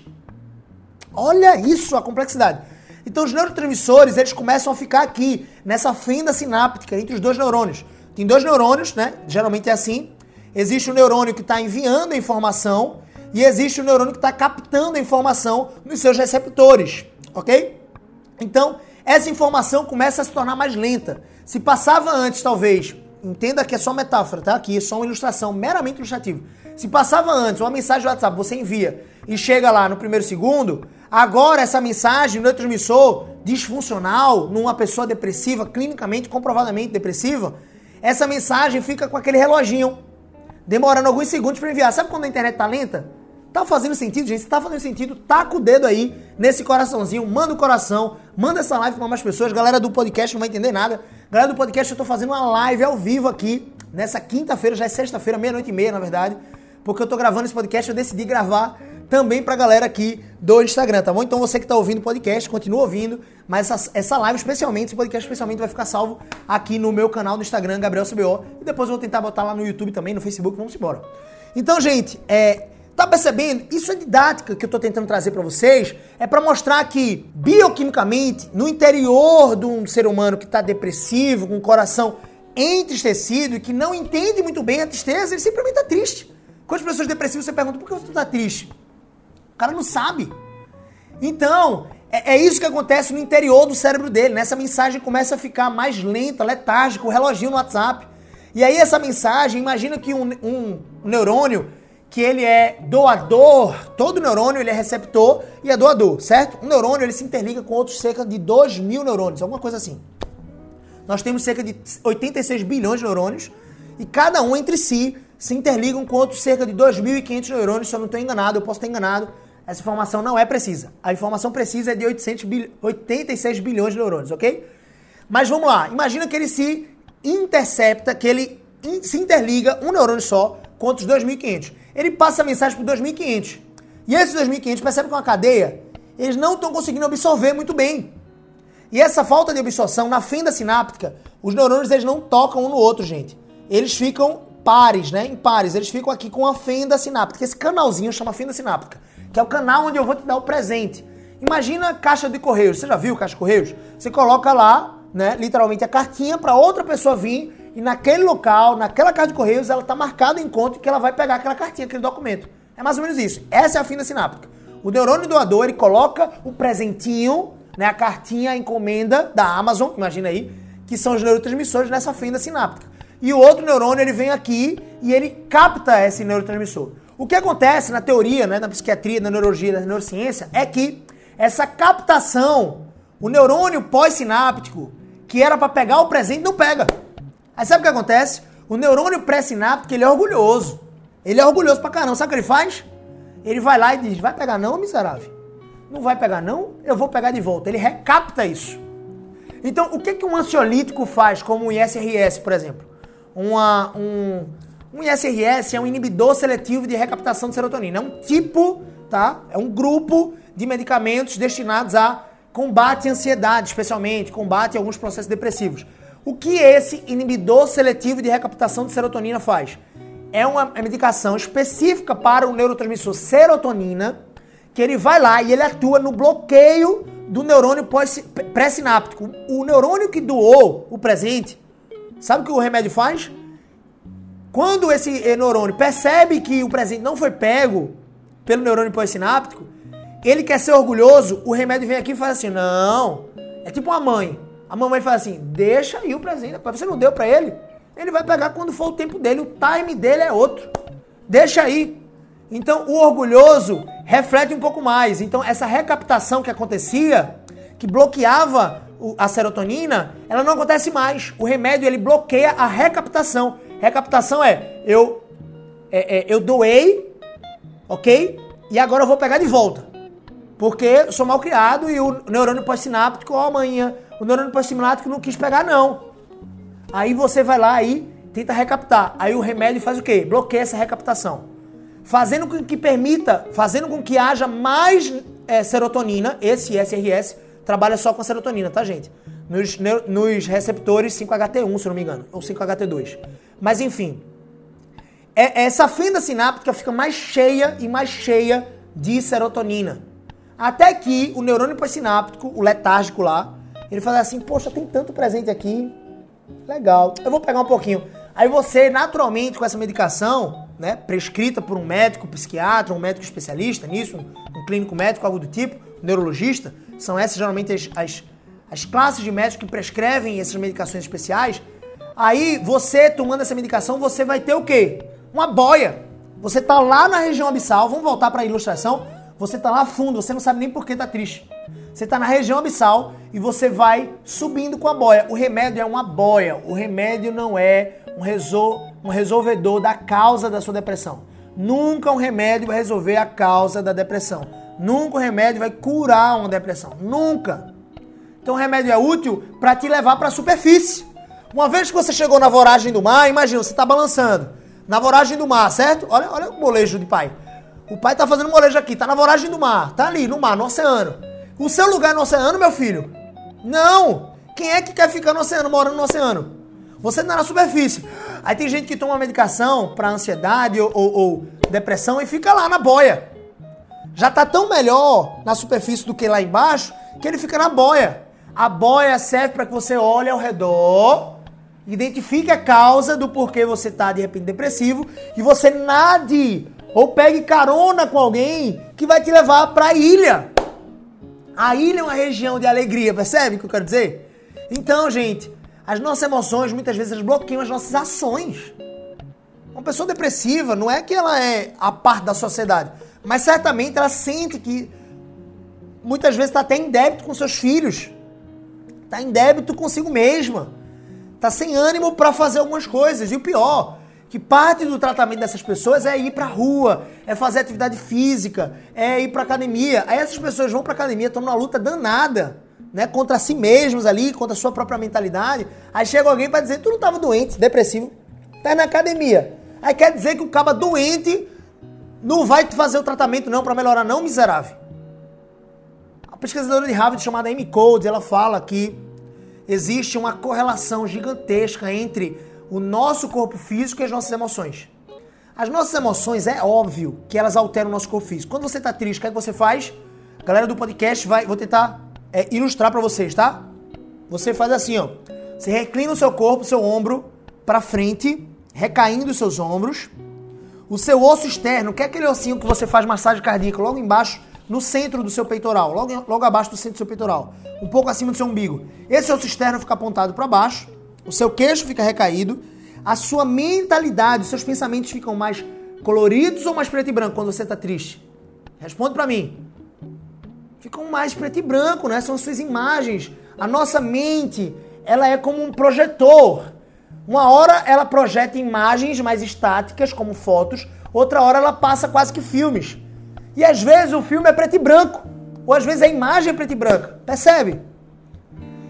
Olha isso, a complexidade. Então os neurotransmissores, eles começam a ficar aqui, nessa fenda sináptica entre os dois neurônios. Tem 2 neurônios, né? Geralmente é assim. Existe o neurônio que está enviando a informação e existe o neurônio que está captando a informação nos seus receptores, ok? Então, essa informação começa a se tornar mais lenta. Se passava antes, talvez, entenda que é só metáfora, tá? Aqui é só uma ilustração, meramente ilustrativa. Se passava antes uma mensagem do WhatsApp, você envia e chega lá no primeiro segundo, agora essa mensagem, o neurotransmissor disfuncional, numa pessoa depressiva, clinicamente, comprovadamente depressiva, essa mensagem fica com aquele reloginho, demorando alguns segundos para enviar. Sabe quando a internet tá lenta? Tá fazendo sentido, gente? Se tá fazendo sentido, taca o dedo aí nesse coraçãozinho, manda o coração, manda essa live para mais pessoas. Galera do podcast não vai entender nada. Galera do podcast, eu tô fazendo uma live ao vivo aqui, nessa quinta-feira, já é sexta-feira, 00:30, na verdade, porque eu tô gravando esse podcast, eu decidi gravar também pra galera aqui do Instagram, tá bom? Então você que tá ouvindo o podcast, continua ouvindo, mas essa live especialmente, esse podcast especialmente vai ficar salvo aqui no meu canal do Instagram, Gabriel CBO, e depois eu vou tentar botar lá no YouTube também, no Facebook, vamos embora. Então, gente, tá percebendo? Isso é didática que eu tô tentando trazer pra vocês, é pra mostrar que, bioquimicamente, no interior de um ser humano que tá depressivo, com o coração entristecido e que não entende muito bem a tristeza, ele simplesmente tá triste. Quantas pessoas depressivas você pergunta, por que você tá triste? O cara não sabe. Então, é isso que acontece no interior do cérebro dele, né? Essa mensagem começa a ficar mais lenta, letárgica, o reloginho no WhatsApp. E aí essa mensagem, imagina que um neurônio, que ele é doador, todo neurônio ele é receptor e é doador, certo? Um neurônio ele se interliga com outros cerca de 2.000 neurônios, alguma coisa assim. Nós temos cerca de 86 bilhões de neurônios e cada um entre si se interligam com outros cerca de 2.500 neurônios, se eu não estou enganado, eu posso estar enganado. Essa informação não é precisa. A informação precisa é de 86 bilhões de neurônios, ok? Mas vamos lá. Imagina que ele se intercepta, que ele se interliga, um neurônio só, com outros 2.500. Ele passa a mensagem para 2.500. E esses 2.500 percebem que é uma cadeia, eles não estão conseguindo absorver muito bem. E essa falta de absorção na fenda sináptica, os neurônios eles não tocam um no outro, gente. Eles ficam pares, né? Em pares. Eles ficam aqui com a fenda sináptica. Esse canalzinho chama fenda sináptica, que é o canal onde eu vou te dar o presente. Imagina a caixa de correios. Você já viu caixa de correios? Você coloca lá, né, literalmente a cartinha para outra pessoa vir e naquele local, naquela caixa de correios, ela está marcada em encontro que ela vai pegar aquela cartinha, aquele documento. É mais ou menos isso. Essa é a fenda sináptica. O neurônio doador, ele coloca o presentinho, né, a cartinha, a encomenda da Amazon, imagina aí, que são os neurotransmissores nessa fenda sináptica. E o outro neurônio, ele vem aqui e ele capta esse neurotransmissor. O que acontece na teoria, né, na psiquiatria, na neurologia, na neurociência, é que essa captação, o neurônio pós-sináptico, que era para pegar o presente, não pega. Aí sabe o que acontece? O neurônio pré-sináptico, ele é orgulhoso. Ele é orgulhoso pra caramba. Sabe o que ele faz? Ele vai lá e diz, vai pegar não, miserável? Não vai pegar não? Eu vou pegar de volta. Ele recapta isso. Então, o que um ansiolítico faz, como o ISRS, por exemplo? Um ISRS é um inibidor seletivo de recaptação de serotonina. É um tipo, tá? É um grupo de medicamentos destinados a combate à ansiedade, especialmente, combate a alguns processos depressivos. O que esse inibidor seletivo de recaptação de serotonina faz? É uma medicação específica para o neurotransmissor serotonina, que ele vai lá e ele atua no bloqueio do neurônio pré-sináptico. O neurônio que doou o presente, sabe o que o remédio faz? Quando esse neurônio percebe que o presente não foi pego pelo neurônio pós-sináptico, ele quer ser orgulhoso, o remédio vem aqui e faz assim, não, é tipo uma mãe. A mamãe faz assim, deixa aí o presente, você não deu pra ele? Ele vai pegar quando for o tempo dele, o time dele é outro. Deixa aí. Então, o orgulhoso reflete um pouco mais. Então, essa recaptação que acontecia, que bloqueava a serotonina, ela não acontece mais. O remédio, ele bloqueia a recaptação. Recaptação eu doei, ok? E agora eu vou pegar de volta. Porque eu sou mal criado e o neurônio pós-sináptico, amanhã, o neurônio pós-sináptico não quis pegar, não. Aí você vai lá e tenta recaptar. Aí o remédio faz o quê? Bloqueia essa recaptação. Fazendo com que haja mais serotonina, esse SRS trabalha só com a serotonina, tá, gente? Nos receptores 5HT1, se eu não me engano, ou 5HT2. Mas enfim, essa fenda sináptica fica mais cheia e mais cheia de serotonina. Até que o neurônio pós-sináptico, o letárgico lá, ele fala assim, poxa, tem tanto presente aqui, legal, eu vou pegar um pouquinho. Aí você, naturalmente, com essa medicação, né, prescrita por um médico, psiquiatra, um médico especialista nisso, um clínico médico, algo do tipo, um neurologista, são essas geralmente as classes de médicos que prescrevem essas medicações especiais. Aí você, tomando essa medicação, você vai ter o quê? Uma boia. Você tá lá na região abissal, vamos voltar para a ilustração, você tá lá fundo, você não sabe nem por que tá triste. Você tá na região abissal e você vai subindo com a boia. O remédio é uma boia, o remédio não é um resolvedor da causa da sua depressão. Nunca um remédio vai resolver a causa da depressão. Nunca um remédio vai curar uma depressão. Nunca. Então o remédio é útil para te levar para a superfície. Uma vez que você chegou na voragem do mar, imagina, você tá balançando na voragem do mar, certo? Olha o molejo de pai. O pai tá fazendo molejo aqui, tá na voragem do mar, tá ali no mar, no oceano. O seu lugar no oceano, meu filho? Não! Quem é que quer ficar no oceano, morando no oceano? Você tá na superfície. Aí tem gente que toma uma medicação para ansiedade ou depressão e fica lá na boia. Já tá tão melhor na superfície do que lá embaixo que ele fica na boia. A boia serve para que você olhe ao redor, identifique a causa do porquê você tá de repente depressivo e você nade ou pegue carona com alguém que vai te levar para a ilha. A ilha é uma região de alegria, percebe o que eu quero dizer? Então, gente, as nossas emoções muitas vezes elas bloqueiam as nossas ações. Uma pessoa depressiva não é que ela é a parte da sociedade, mas certamente ela sente que muitas vezes está até em débito com seus filhos, está em débito consigo mesma, está sem ânimo para fazer algumas coisas. E o pior, que parte do tratamento dessas pessoas é ir pra rua, é fazer atividade física, é ir pra academia. Aí essas pessoas vão pra academia, estão numa luta danada, né, contra si mesmos ali, contra a sua própria mentalidade. Aí chega alguém pra dizer, tu não tava doente, depressivo, tá na academia. Aí quer dizer que o cara doente não vai fazer o tratamento não pra melhorar não, miserável. A pesquisadora de Harvard chamada Amy Code, ela fala que existe uma correlação gigantesca entre o nosso corpo físico e as nossas emoções. As nossas emoções, é óbvio que elas alteram o nosso corpo físico. Quando você tá triste, o que é que você faz? Galera do podcast, vou tentar ilustrar pra vocês, tá? Você faz assim, ó. Você reclina o seu corpo, seu ombro pra frente, recaindo os seus ombros. O seu osso externo, que é aquele ossinho que você faz massagem cardíaca, logo embaixo, no centro do seu peitoral, logo abaixo do centro do seu peitoral, um pouco acima do seu umbigo. Esse osso externo fica apontado pra baixo. O seu queixo fica recaído, a sua mentalidade, os seus pensamentos ficam mais coloridos ou mais preto e branco quando você está triste? Responde pra mim. Ficam mais preto e branco, né? São suas imagens. A nossa mente, ela é como um projetor. Uma hora ela projeta imagens mais estáticas, como fotos, outra hora ela passa quase que filmes. E às vezes o filme é preto e branco, ou às vezes a imagem é preto e branca. Percebe?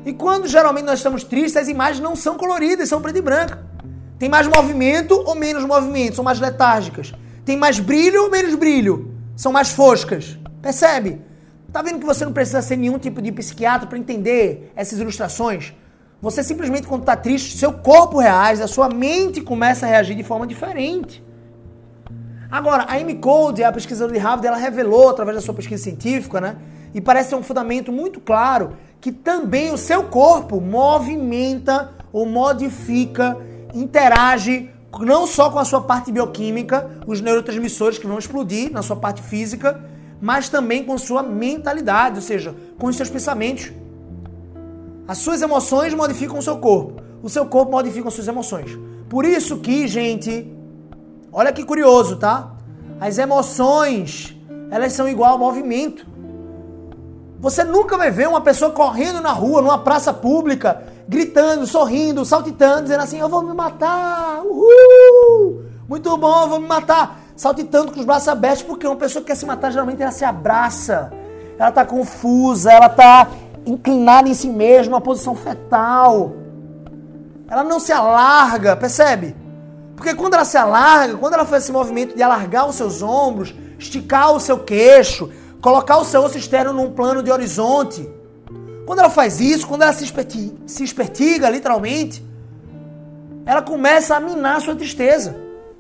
E quando geralmente nós estamos tristes, as imagens não são coloridas, são preto e branco. Tem mais movimento ou menos movimento, são mais letárgicas. Tem mais brilho ou menos brilho, são mais foscas. Percebe? Tá vendo que você não precisa ser nenhum tipo de psiquiatra para entender essas ilustrações? Você simplesmente, quando está triste, seu corpo reage, a sua mente começa a reagir de forma diferente. Agora, a Amy Cole, a pesquisadora de Harvard, ela revelou, através da sua pesquisa científica, né, e parece ter um fundamento muito claro, que também o seu corpo movimenta ou modifica, interage não só com a sua parte bioquímica, os neurotransmissores que vão explodir na sua parte física, mas também com sua mentalidade, ou seja, com os seus pensamentos. As suas emoções modificam o seu corpo modifica as suas emoções. Por isso que, gente, olha que curioso, tá? As emoções, elas são igual ao movimento. Você nunca vai ver uma pessoa correndo na rua, numa praça pública, gritando, sorrindo, saltitando, dizendo assim, eu vou me matar, uhul, muito bom, eu vou me matar, saltitando com os braços abertos, porque uma pessoa que quer se matar, geralmente ela se abraça, ela tá confusa, ela tá inclinada em si mesma, uma posição fetal, ela não se alarga, percebe? Porque quando ela se alarga, quando ela faz esse movimento de alargar os seus ombros, esticar o seu queixo, colocar o seu osso externo num plano de horizonte, quando ela faz isso, quando ela se espertiga, literalmente, ela começa a minar a sua tristeza.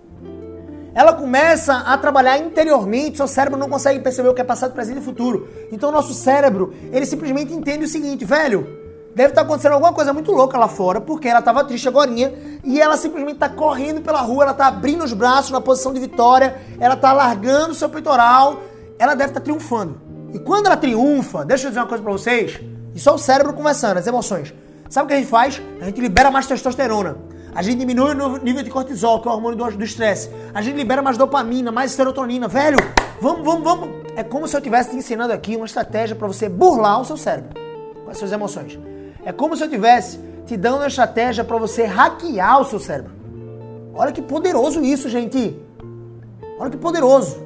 Ela começa a trabalhar interiormente, seu cérebro não consegue perceber o que é passado, presente e futuro. Então o nosso cérebro, ele simplesmente entende o seguinte, velho, deve estar acontecendo alguma coisa muito louca lá fora, porque ela estava triste agorinha, e ela simplesmente está correndo pela rua, ela está abrindo os braços na posição de vitória, ela está largando o seu peitoral, ela deve estar triunfando. E quando ela triunfa, deixa eu dizer uma coisa pra vocês, e só o cérebro conversando, as emoções. Sabe o que a gente faz? A gente libera mais testosterona. A gente diminui o nível de cortisol, que é o hormônio do estresse. A gente libera mais dopamina, mais serotonina. Velho, vamos. É como se eu estivesse te ensinando aqui uma estratégia pra você burlar o seu cérebro com as suas emoções. É como se eu estivesse te dando uma estratégia pra você hackear o seu cérebro. Olha que poderoso isso, gente. Olha que poderoso.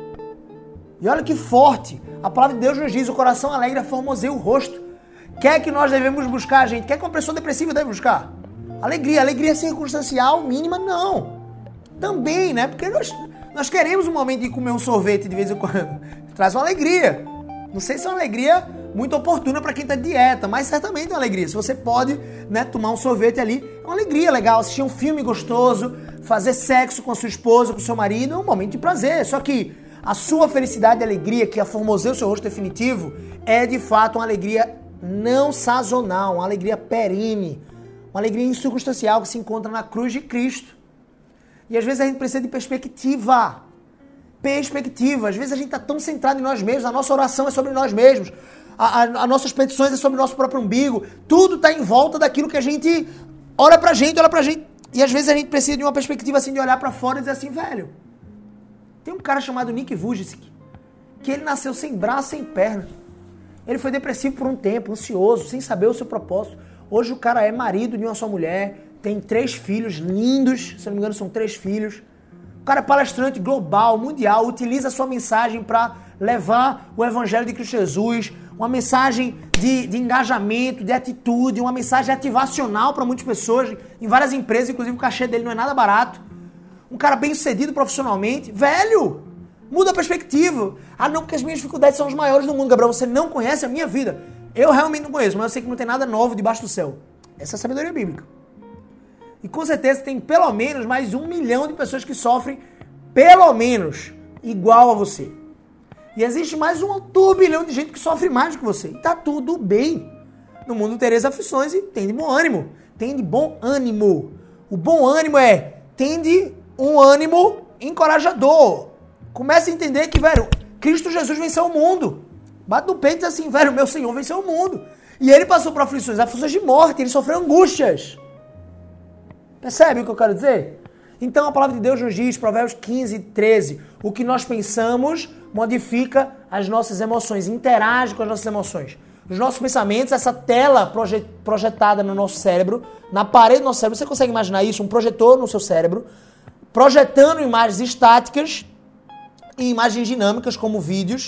E olha que forte. A palavra de Deus nos diz, o coração alegre formoseia o rosto. Quer que nós devemos buscar, gente? Quer que uma pessoa depressiva deve buscar? Alegria. Alegria circunstancial, mínima, não. Também, né? Porque nós queremos um momento de comer um sorvete de vez em quando. Traz uma alegria. Não sei se é uma alegria muito oportuna para quem está de dieta, mas certamente é uma alegria. Se você pode, né, tomar um sorvete ali, é uma alegria legal. Assistir um filme gostoso, fazer sexo com a sua esposa, com o seu marido, é um momento de prazer. Só que a sua felicidade e alegria, que formoseia o seu rosto definitivo, é de fato uma alegria não sazonal, uma alegria perene, uma alegria insubstancial que se encontra na cruz de Cristo. E às vezes a gente precisa de perspectiva. Às vezes a gente está tão centrado em nós mesmos, a nossa oração é sobre nós mesmos, as nossas petições é sobre o nosso próprio umbigo, tudo está em volta daquilo que a gente olha pra gente. E às vezes a gente precisa de uma perspectiva assim, de olhar pra fora e dizer assim, velho, tem um cara chamado Nick Vujicic, que ele nasceu sem braço, sem perna. Ele foi depressivo por um tempo, ansioso, sem saber o seu propósito. Hoje o cara é marido de uma só mulher, tem 3 filhos lindos, se não me engano são 3 filhos. O cara é palestrante global, mundial, utiliza a sua mensagem para levar o evangelho de Cristo Jesus, uma mensagem de engajamento, de atitude, uma mensagem ativacional para muitas pessoas, em várias empresas, inclusive o cachê dele não é nada barato. Um cara bem sucedido profissionalmente. Velho, muda a perspectiva. Ah, não, porque as minhas dificuldades são as maiores do mundo, Gabriel. Você não conhece a minha vida. Eu realmente não conheço, mas eu sei que não tem nada novo debaixo do céu. Essa é a sabedoria bíblica. E com certeza tem pelo menos mais 1 milhão de pessoas que sofrem, pelo menos, igual a você. E existe mais 1 turbilhão de gente que sofre mais do que você. E tá tudo bem. No mundo tereis aflições e tem de bom ânimo. Tem de bom ânimo. O bom ânimo tende um ânimo encorajador. Comece a entender que, velho, Cristo Jesus venceu o mundo. Bate no peito e diz assim, velho, meu Senhor venceu o mundo. E ele passou por aflições de morte, ele sofreu angústias. Percebe o que eu quero dizer? Então a palavra de Deus nos diz, Provérbios 15, 13, o que nós pensamos modifica as nossas emoções, interage com as nossas emoções. Os nossos pensamentos, essa tela projetada no nosso cérebro, na parede do nosso cérebro, você consegue imaginar isso? Um projetor no seu cérebro, projetando imagens estáticas e imagens dinâmicas, como vídeos,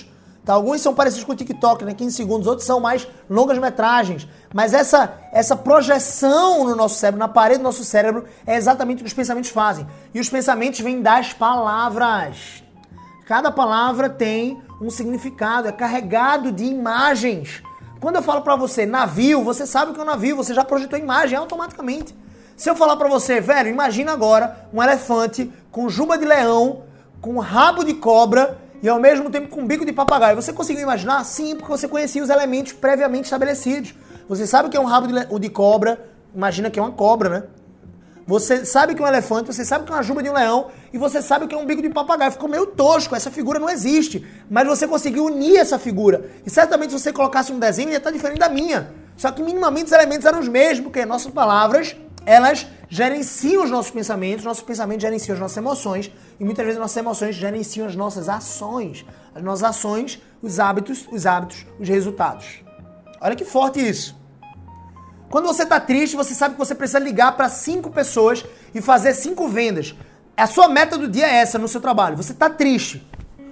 Tá? Alguns são parecidos com o TikTok, né? 15 segundos, outros são mais longas metragens. Mas essa projeção no nosso cérebro, na parede do nosso cérebro, é exatamente o que os pensamentos fazem. E os pensamentos vêm das palavras. Cada palavra tem um significado, é carregado de imagens. Quando eu falo pra você navio, você sabe o que é um navio, você já projetou a imagem automaticamente. Se eu falar pra você, velho, imagina agora um elefante com juba de leão, com rabo de cobra e ao mesmo tempo com bico de papagaio. Você conseguiu imaginar? Sim, porque você conhecia os elementos previamente estabelecidos. Você sabe o que é um rabo de cobra, imagina que é uma cobra, né? Você sabe que é um elefante, você sabe que é uma juba de um leão e você sabe que é um bico de papagaio. Ficou meio tosco, essa figura não existe. Mas você conseguiu unir essa figura. E certamente se você colocasse um desenho ia estar diferente da minha. Só que minimamente os elementos eram os mesmos, porque nossas palavras, elas gerenciam os nossos pensamentos gerenciam as nossas emoções e muitas vezes nossas emoções gerenciam as nossas ações. As nossas ações, os hábitos, os resultados. Olha que forte isso. Quando você está triste, você sabe que você precisa ligar para 5 pessoas e fazer 5 vendas. A sua meta do dia é essa no seu trabalho. Você está triste.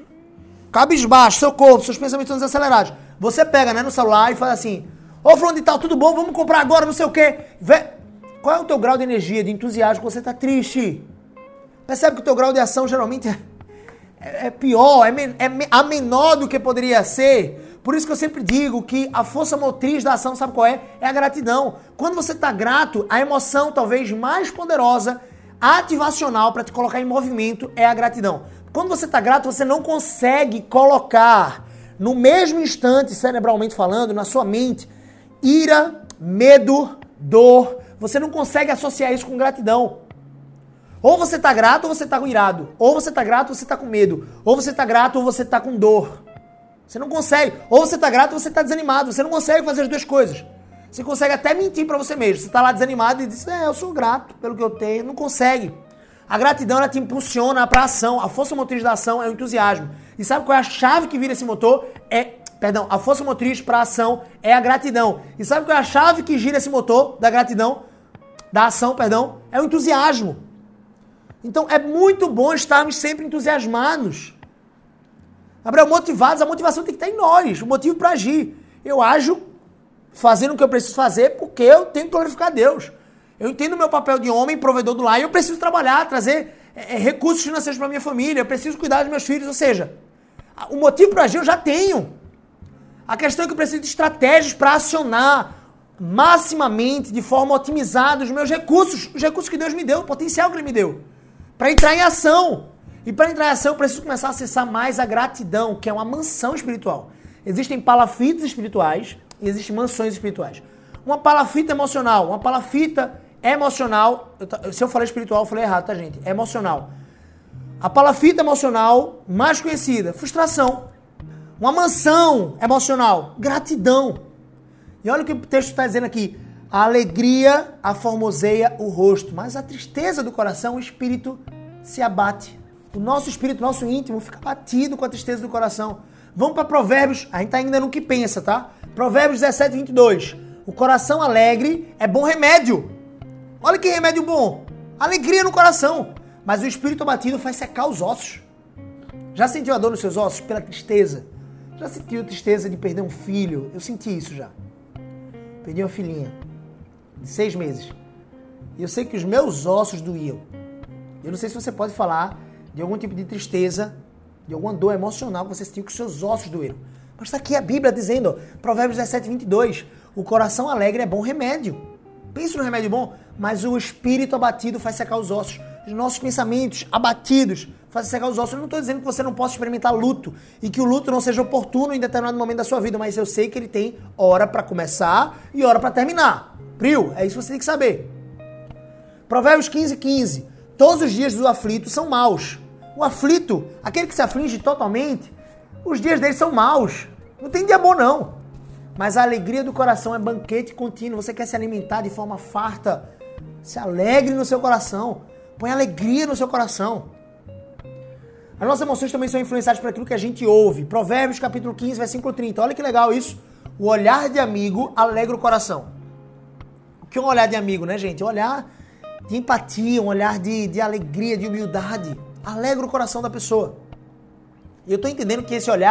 Cabisbaixo, seu corpo, seus pensamentos estão desacelerados. Você pega, né, no celular e fala assim: ô, fulano de tal, tudo bom? Vamos comprar agora, não sei o quê. Qual é o teu grau de energia, de entusiasmo quando você está triste? Percebe que o teu grau de ação geralmente é pior, a menor do que poderia ser. Por isso que eu sempre digo que a força motriz da ação, sabe qual é? É a gratidão. Quando você está grato, a emoção talvez mais poderosa, ativacional para te colocar em movimento é a gratidão. Quando você está grato, você não consegue colocar no mesmo instante, cerebralmente falando, na sua mente, ira, medo, dor. Você não consegue associar isso com gratidão. Ou você está grato ou você está irado. Ou você está grato ou você está com medo. Ou você está grato ou você está com dor. Você não consegue. Ou você está grato ou você está desanimado. Você não consegue fazer as duas coisas. Você consegue até mentir para você mesmo. Você está lá desanimado e diz, eu sou grato pelo que eu tenho. Não consegue. A gratidão, ela te impulsiona para a ação. A força motriz da ação é o entusiasmo. E sabe qual é a chave que vira esse motor? A força motriz para a ação é a gratidão. E sabe qual é a chave que gira esse motor da gratidão? Da ação, perdão? É o entusiasmo. Então é muito bom estarmos sempre entusiasmados. Gabriel, motivados, a motivação tem que estar em nós, o motivo para agir. Eu ajo fazendo o que eu preciso fazer porque eu tenho que glorificar a Deus. Eu entendo o meu papel de homem, provedor do lar, e eu preciso trabalhar, trazer recursos financeiros para minha família, eu preciso cuidar dos meus filhos, ou seja, o motivo para agir eu já tenho. A questão é que eu preciso de estratégias para acionar maximamente, de forma otimizada, os meus recursos, os recursos que Deus me deu, o potencial que Ele me deu, para entrar em ação. E para entrar em ação, eu preciso começar a acessar mais a gratidão, que é uma mansão espiritual. Existem palafitas espirituais e existem mansões espirituais. Uma palafita emocional, se eu falei espiritual, eu falei errado, tá, gente? É emocional. A palafita emocional mais conhecida, frustração. Uma mansão emocional, gratidão. E olha o que o texto está dizendo aqui. A alegria aformoseia o rosto, mas a tristeza do coração, o espírito se abate. O nosso espírito, nosso íntimo, fica abatido com a tristeza do coração. Vamos para Provérbios, a gente está ainda no que pensa, tá? Provérbios 17, 22. O coração alegre é bom remédio. Olha que remédio bom. Alegria no coração. Mas o espírito abatido faz secar os ossos. Já sentiu a dor nos seus ossos pela tristeza? Já sentiu a tristeza de perder um filho? Eu senti isso já. Perdi uma filhinha de 6 meses. E eu sei que os meus ossos doíam. Eu não sei se você pode falar de algum tipo de tristeza, de alguma dor emocional que você sentiu que os seus ossos doeram. Mas está aqui a Bíblia dizendo, Provérbios 17, 22, o coração alegre é bom remédio. Pensa no remédio bom, mas o espírito abatido faz secar os ossos. Os nossos pensamentos abatidos fazem secar os ossos. Eu não estou dizendo que você não possa experimentar luto e que o luto não seja oportuno em determinado momento da sua vida, mas eu sei que ele tem hora para começar e hora para terminar. Prio, é isso que você tem que saber. Provérbios 15, 15. Todos os dias do aflito são maus. O aflito, aquele que se aflige totalmente, os dias dele são maus. Não tem dia bom, não. Mas a alegria do coração é banquete contínuo. Você quer se alimentar de forma farta? Se alegre no seu coração. Põe alegria no seu coração. As nossas emoções também são influenciadas por aquilo que a gente ouve. Provérbios capítulo 15, versículo 30. Olha que legal isso. O olhar de amigo alegra o coração. O que é um olhar de amigo, né, gente? Um olhar de empatia, um olhar de alegria, de humildade. Alegra o coração da pessoa. E eu estou entendendo que esse olhar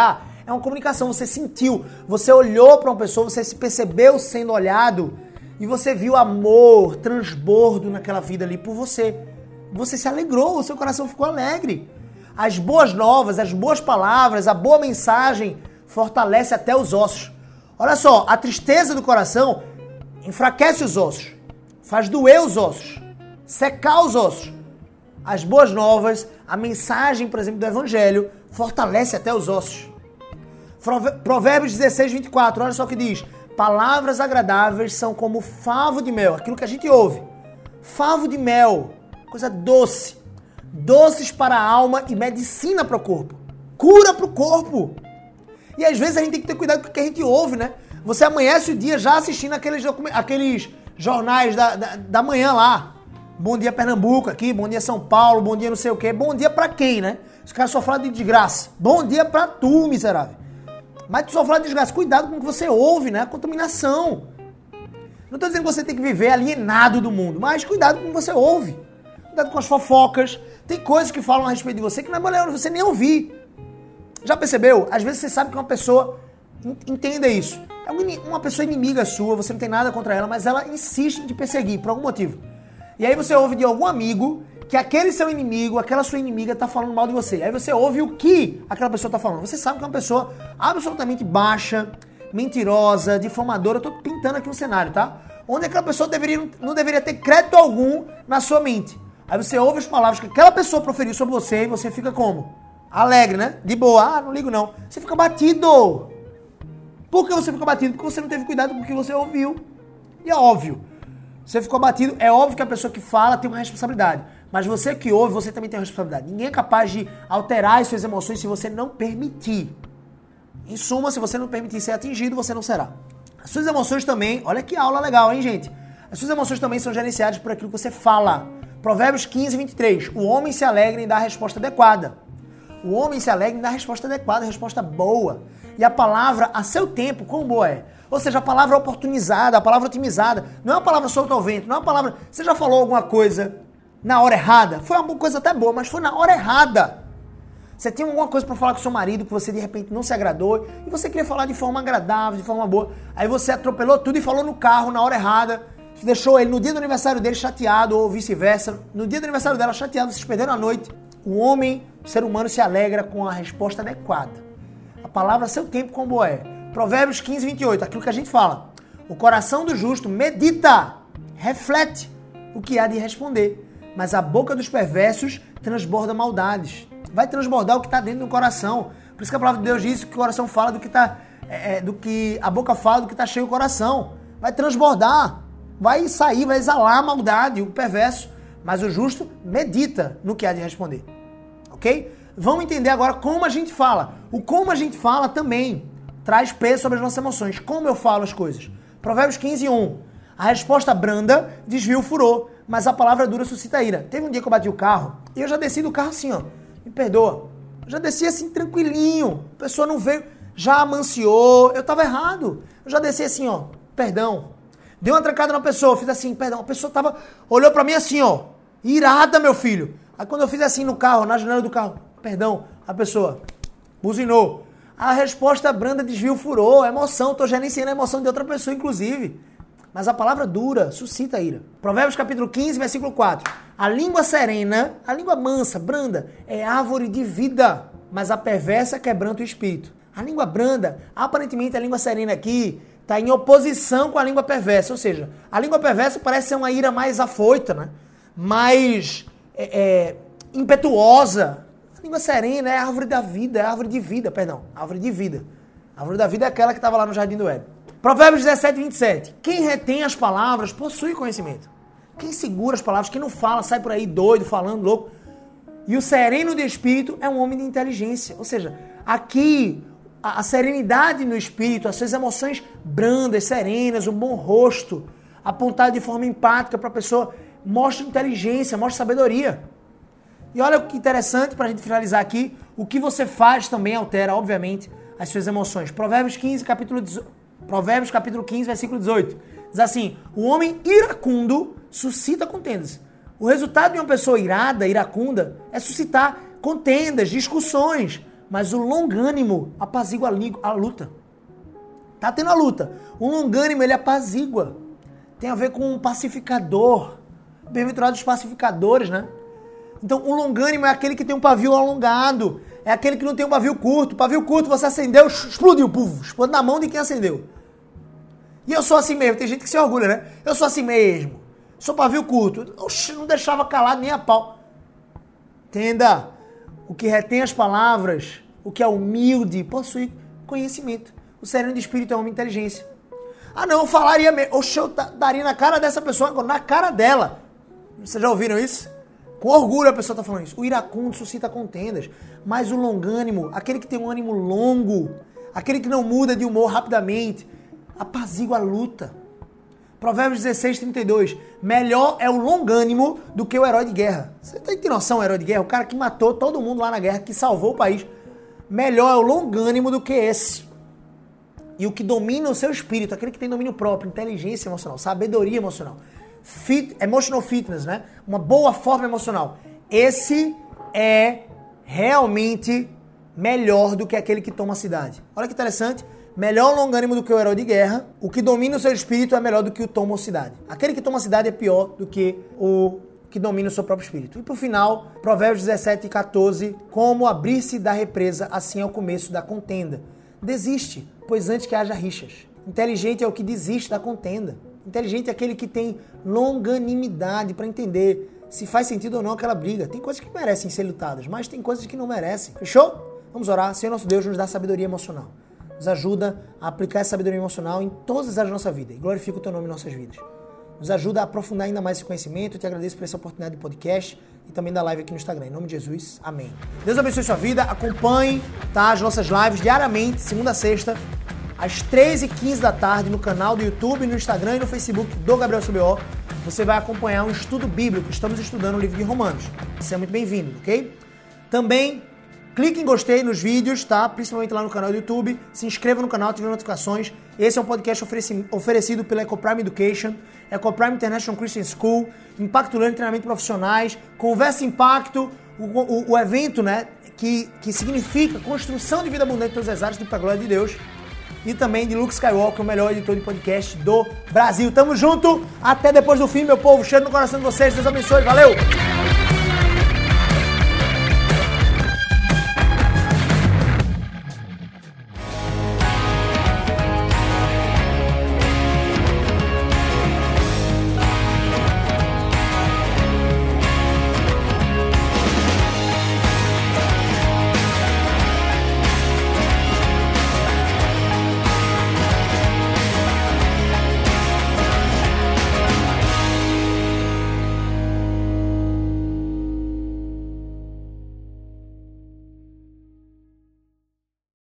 É uma comunicação, você sentiu, você olhou para uma pessoa, você se percebeu sendo olhado e você viu amor, transbordo naquela vida ali por você. Você se alegrou, o seu coração ficou alegre. As boas novas, as boas palavras, a boa mensagem fortalece até os ossos. Olha só, a tristeza do coração enfraquece os ossos, faz doer os ossos, secar os ossos. As boas novas, a mensagem, por exemplo, do Evangelho, fortalece até os ossos. Provérbios 16, 24, olha só o que diz. Palavras agradáveis são como favo de mel, aquilo que a gente ouve. Favo de mel, coisa doce. Doces para a alma e medicina para o corpo. Cura para o corpo. E às vezes a gente tem que ter cuidado com o que a gente ouve, né? Você amanhece o dia já assistindo aqueles jornais da manhã lá. Bom dia Pernambuco aqui, bom dia São Paulo, bom dia não sei o quê. Bom dia pra quem, né? Os caras só falam de desgraça. Bom dia pra tu, miserável. Mas tu só fala de desgraça. Cuidado com o que você ouve, né? A contaminação. Não tô dizendo que você tem que viver alienado do mundo, mas cuidado com o que você ouve. Cuidado com as fofocas. Tem coisas que falam a respeito de você que não é melhor você nem ouvir. Já percebeu? Às vezes você sabe que uma pessoa... Entenda isso. É uma pessoa inimiga sua, você não tem nada contra ela, mas ela insiste em te perseguir por algum motivo. E aí você ouve de algum amigo que aquele seu inimigo, aquela sua inimiga tá falando mal de você. Aí você ouve o que aquela pessoa tá falando. Você sabe que é uma pessoa absolutamente baixa, mentirosa, difamadora. Eu tô pintando aqui um cenário, tá? Onde aquela pessoa não deveria ter crédito algum na sua mente. Aí você ouve as palavras que aquela pessoa proferiu sobre você e você fica como? Alegre, né? De boa. Ah, não ligo não. Você fica batido. Por que você fica batido? Porque você não teve cuidado com o que você ouviu. E é óbvio. Você ficou batido, é óbvio que a pessoa que fala tem uma responsabilidade. Mas você que ouve, você também tem uma responsabilidade. Ninguém é capaz de alterar as suas emoções se você não permitir. Em suma, se você não permitir ser atingido, você não será. As suas emoções também, olha que aula legal, hein, gente? As suas emoções também são gerenciadas por aquilo que você fala. Provérbios 15, 23. O homem se alegra em dar a resposta adequada. O homem se alegra em dar a resposta adequada, a resposta boa. E a palavra, a seu tempo, quão boa é? Ou seja, a palavra oportunizada, a palavra otimizada. Não é uma palavra solta ao vento, não é uma palavra... Você já falou alguma coisa na hora errada? Foi uma coisa até boa, mas foi na hora errada. Você tinha alguma coisa para falar com seu marido que você de repente não se agradou e você queria falar de forma agradável, de forma boa. Aí você atropelou tudo e falou no carro na hora errada. Você deixou ele no dia do aniversário dele chateado ou vice-versa. No dia do aniversário dela chateado, vocês perderam a noite. O homem, o ser humano se alegra com a resposta adequada. A palavra a seu tempo quão boa é. Provérbios 15, 28, aquilo que a gente fala. O coração do justo medita, reflete o que há de responder. Mas a boca dos perversos transborda maldades. Vai transbordar o que está dentro do coração. Por isso que a palavra de Deus diz que o coração fala do que está... do que a boca fala do que está cheio o coração. Vai transbordar. Vai sair, vai exalar a maldade, o perverso. Mas o justo medita no que há de responder. Ok? Vamos entender agora como a gente fala. O como a gente fala também traz peso sobre as nossas emoções. Como eu falo as coisas. Provérbios 15, 1. A resposta branda desvia o furor, mas a palavra dura suscita ira. Teve um dia que eu bati o carro e eu já desci do carro assim, ó. Me perdoa. Eu já desci assim, tranquilinho. A pessoa não veio, já amanciou. Eu tava errado. Eu já desci assim, ó. Perdão. Dei uma trancada na pessoa, fiz assim, perdão. A pessoa olhou pra mim assim, ó. Irada, meu filho. Aí quando eu fiz assim no carro, na janela do carro, perdão, a pessoa buzinou. A resposta branda desvia o furor, a emoção. Estou gerenciando a emoção de outra pessoa, inclusive. Mas a palavra dura suscita ira. Provérbios capítulo 15, versículo 4. A língua serena, a língua mansa, branda, é árvore de vida, mas a perversa quebranta o espírito. A língua branda, aparentemente a língua serena aqui, está em oposição com a língua perversa. Ou seja, a língua perversa parece ser uma ira mais afoita, né? Mais impetuosa. A língua serena é a árvore da vida, é a árvore de vida, perdão. Árvore de vida. A árvore da vida é aquela que estava lá no Jardim do Éden. Provérbios 17, 27. Quem retém as palavras possui conhecimento. Quem segura as palavras, quem não fala, sai por aí doido, falando, louco. E o sereno de espírito é um homem de inteligência. Ou seja, aqui a serenidade no espírito, as suas emoções brandas, serenas, um bom rosto, apontado de forma empática para a pessoa, mostra inteligência, mostra sabedoria. E olha que interessante para a gente finalizar aqui, o que você faz também altera, obviamente, as suas emoções. Provérbios capítulo 15, versículo 18. Diz assim, o homem iracundo suscita contendas. O resultado de uma pessoa irada, iracunda, é suscitar contendas, discussões. Mas o longânimo apazigua a luta. Tá tendo a luta. O longânimo, ele apazigua. Tem a ver com um pacificador. Bem-aventurados os pacificadores, né? Então, o longânimo é aquele que tem um pavio alongado. É aquele que não tem um pavio curto. Pavio curto, você acendeu, explodiu. Puf, explode na mão de quem acendeu. E eu sou assim mesmo. Tem gente que se orgulha, né? Eu sou assim mesmo. Sou pavio curto. Oxi, não deixava calado nem a pau. Entenda. O que retém as palavras, o que é humilde, possui conhecimento. O sereno de espírito é uma inteligência. Ah, não, eu falaria mesmo. Oxe, eu daria na cara dessa pessoa, agora na cara dela. Vocês já ouviram isso? Com orgulho a pessoa está falando isso. O iracundo suscita contendas. Mas o longânimo, aquele que tem um ânimo longo, aquele que não muda de humor rapidamente, apazigua a luta. Provérbios 16, 32. Melhor é o longânimo do que o herói de guerra. Você tem noção, o herói de guerra? O cara que matou todo mundo lá na guerra, que salvou o país. Melhor é o longânimo do que esse. E o que domina o seu espírito, aquele que tem domínio próprio, inteligência emocional, sabedoria emocional, emotional fitness, né? Uma boa forma emocional. Esse é realmente melhor do que aquele que toma a cidade. Olha que interessante. Melhor o longânimo do que o herói de guerra. O que domina o seu espírito é melhor do que o toma a cidade. Aquele que toma a cidade é pior do que o que domina o seu próprio espírito. E por final, Provérbios 17 e 14. Como abrir-se da represa, assim é o começo da contenda. Desiste, pois antes que haja rixas. Inteligente é o que desiste da contenda. Inteligente é aquele que tem longanimidade para entender se faz sentido ou não aquela briga. Tem coisas que merecem ser lutadas, mas tem coisas que não merecem. Fechou? Vamos orar. Senhor nosso Deus, nos dá sabedoria emocional. Nos ajuda a aplicar essa sabedoria emocional em todas as áreas da nossa vida. E glorifica o teu nome em nossas vidas. Nos ajuda a aprofundar ainda mais esse conhecimento. Eu te agradeço por essa oportunidade de podcast e também da live aqui no Instagram. Em nome de Jesus, amém. Deus abençoe sua vida. Acompanhe, tá, as nossas lives diariamente, segunda a sexta, às 13h15 da tarde, no canal do YouTube, no Instagram e no Facebook do Gabriel CBO. Você vai acompanhar um estudo bíblico. Estamos estudando o livro de Romanos. Você é muito bem-vindo, ok? Também clique em gostei nos vídeos, tá? Principalmente lá no canal do YouTube. Se inscreva no canal, ative notificações. Esse é um podcast oferecido pela Ecoprime Education, Ecoprime International Christian School, Impacto Learning, treinamento profissionais, Conversa Impacto, o evento, né, que significa construção de vida abundante em todas as áreas, para a glória de Deus. E também de Luke Skywalker, o melhor editor de podcast do Brasil. Tamo junto, até depois do fim, meu povo. Cheiro no coração de vocês, Deus abençoe, valeu!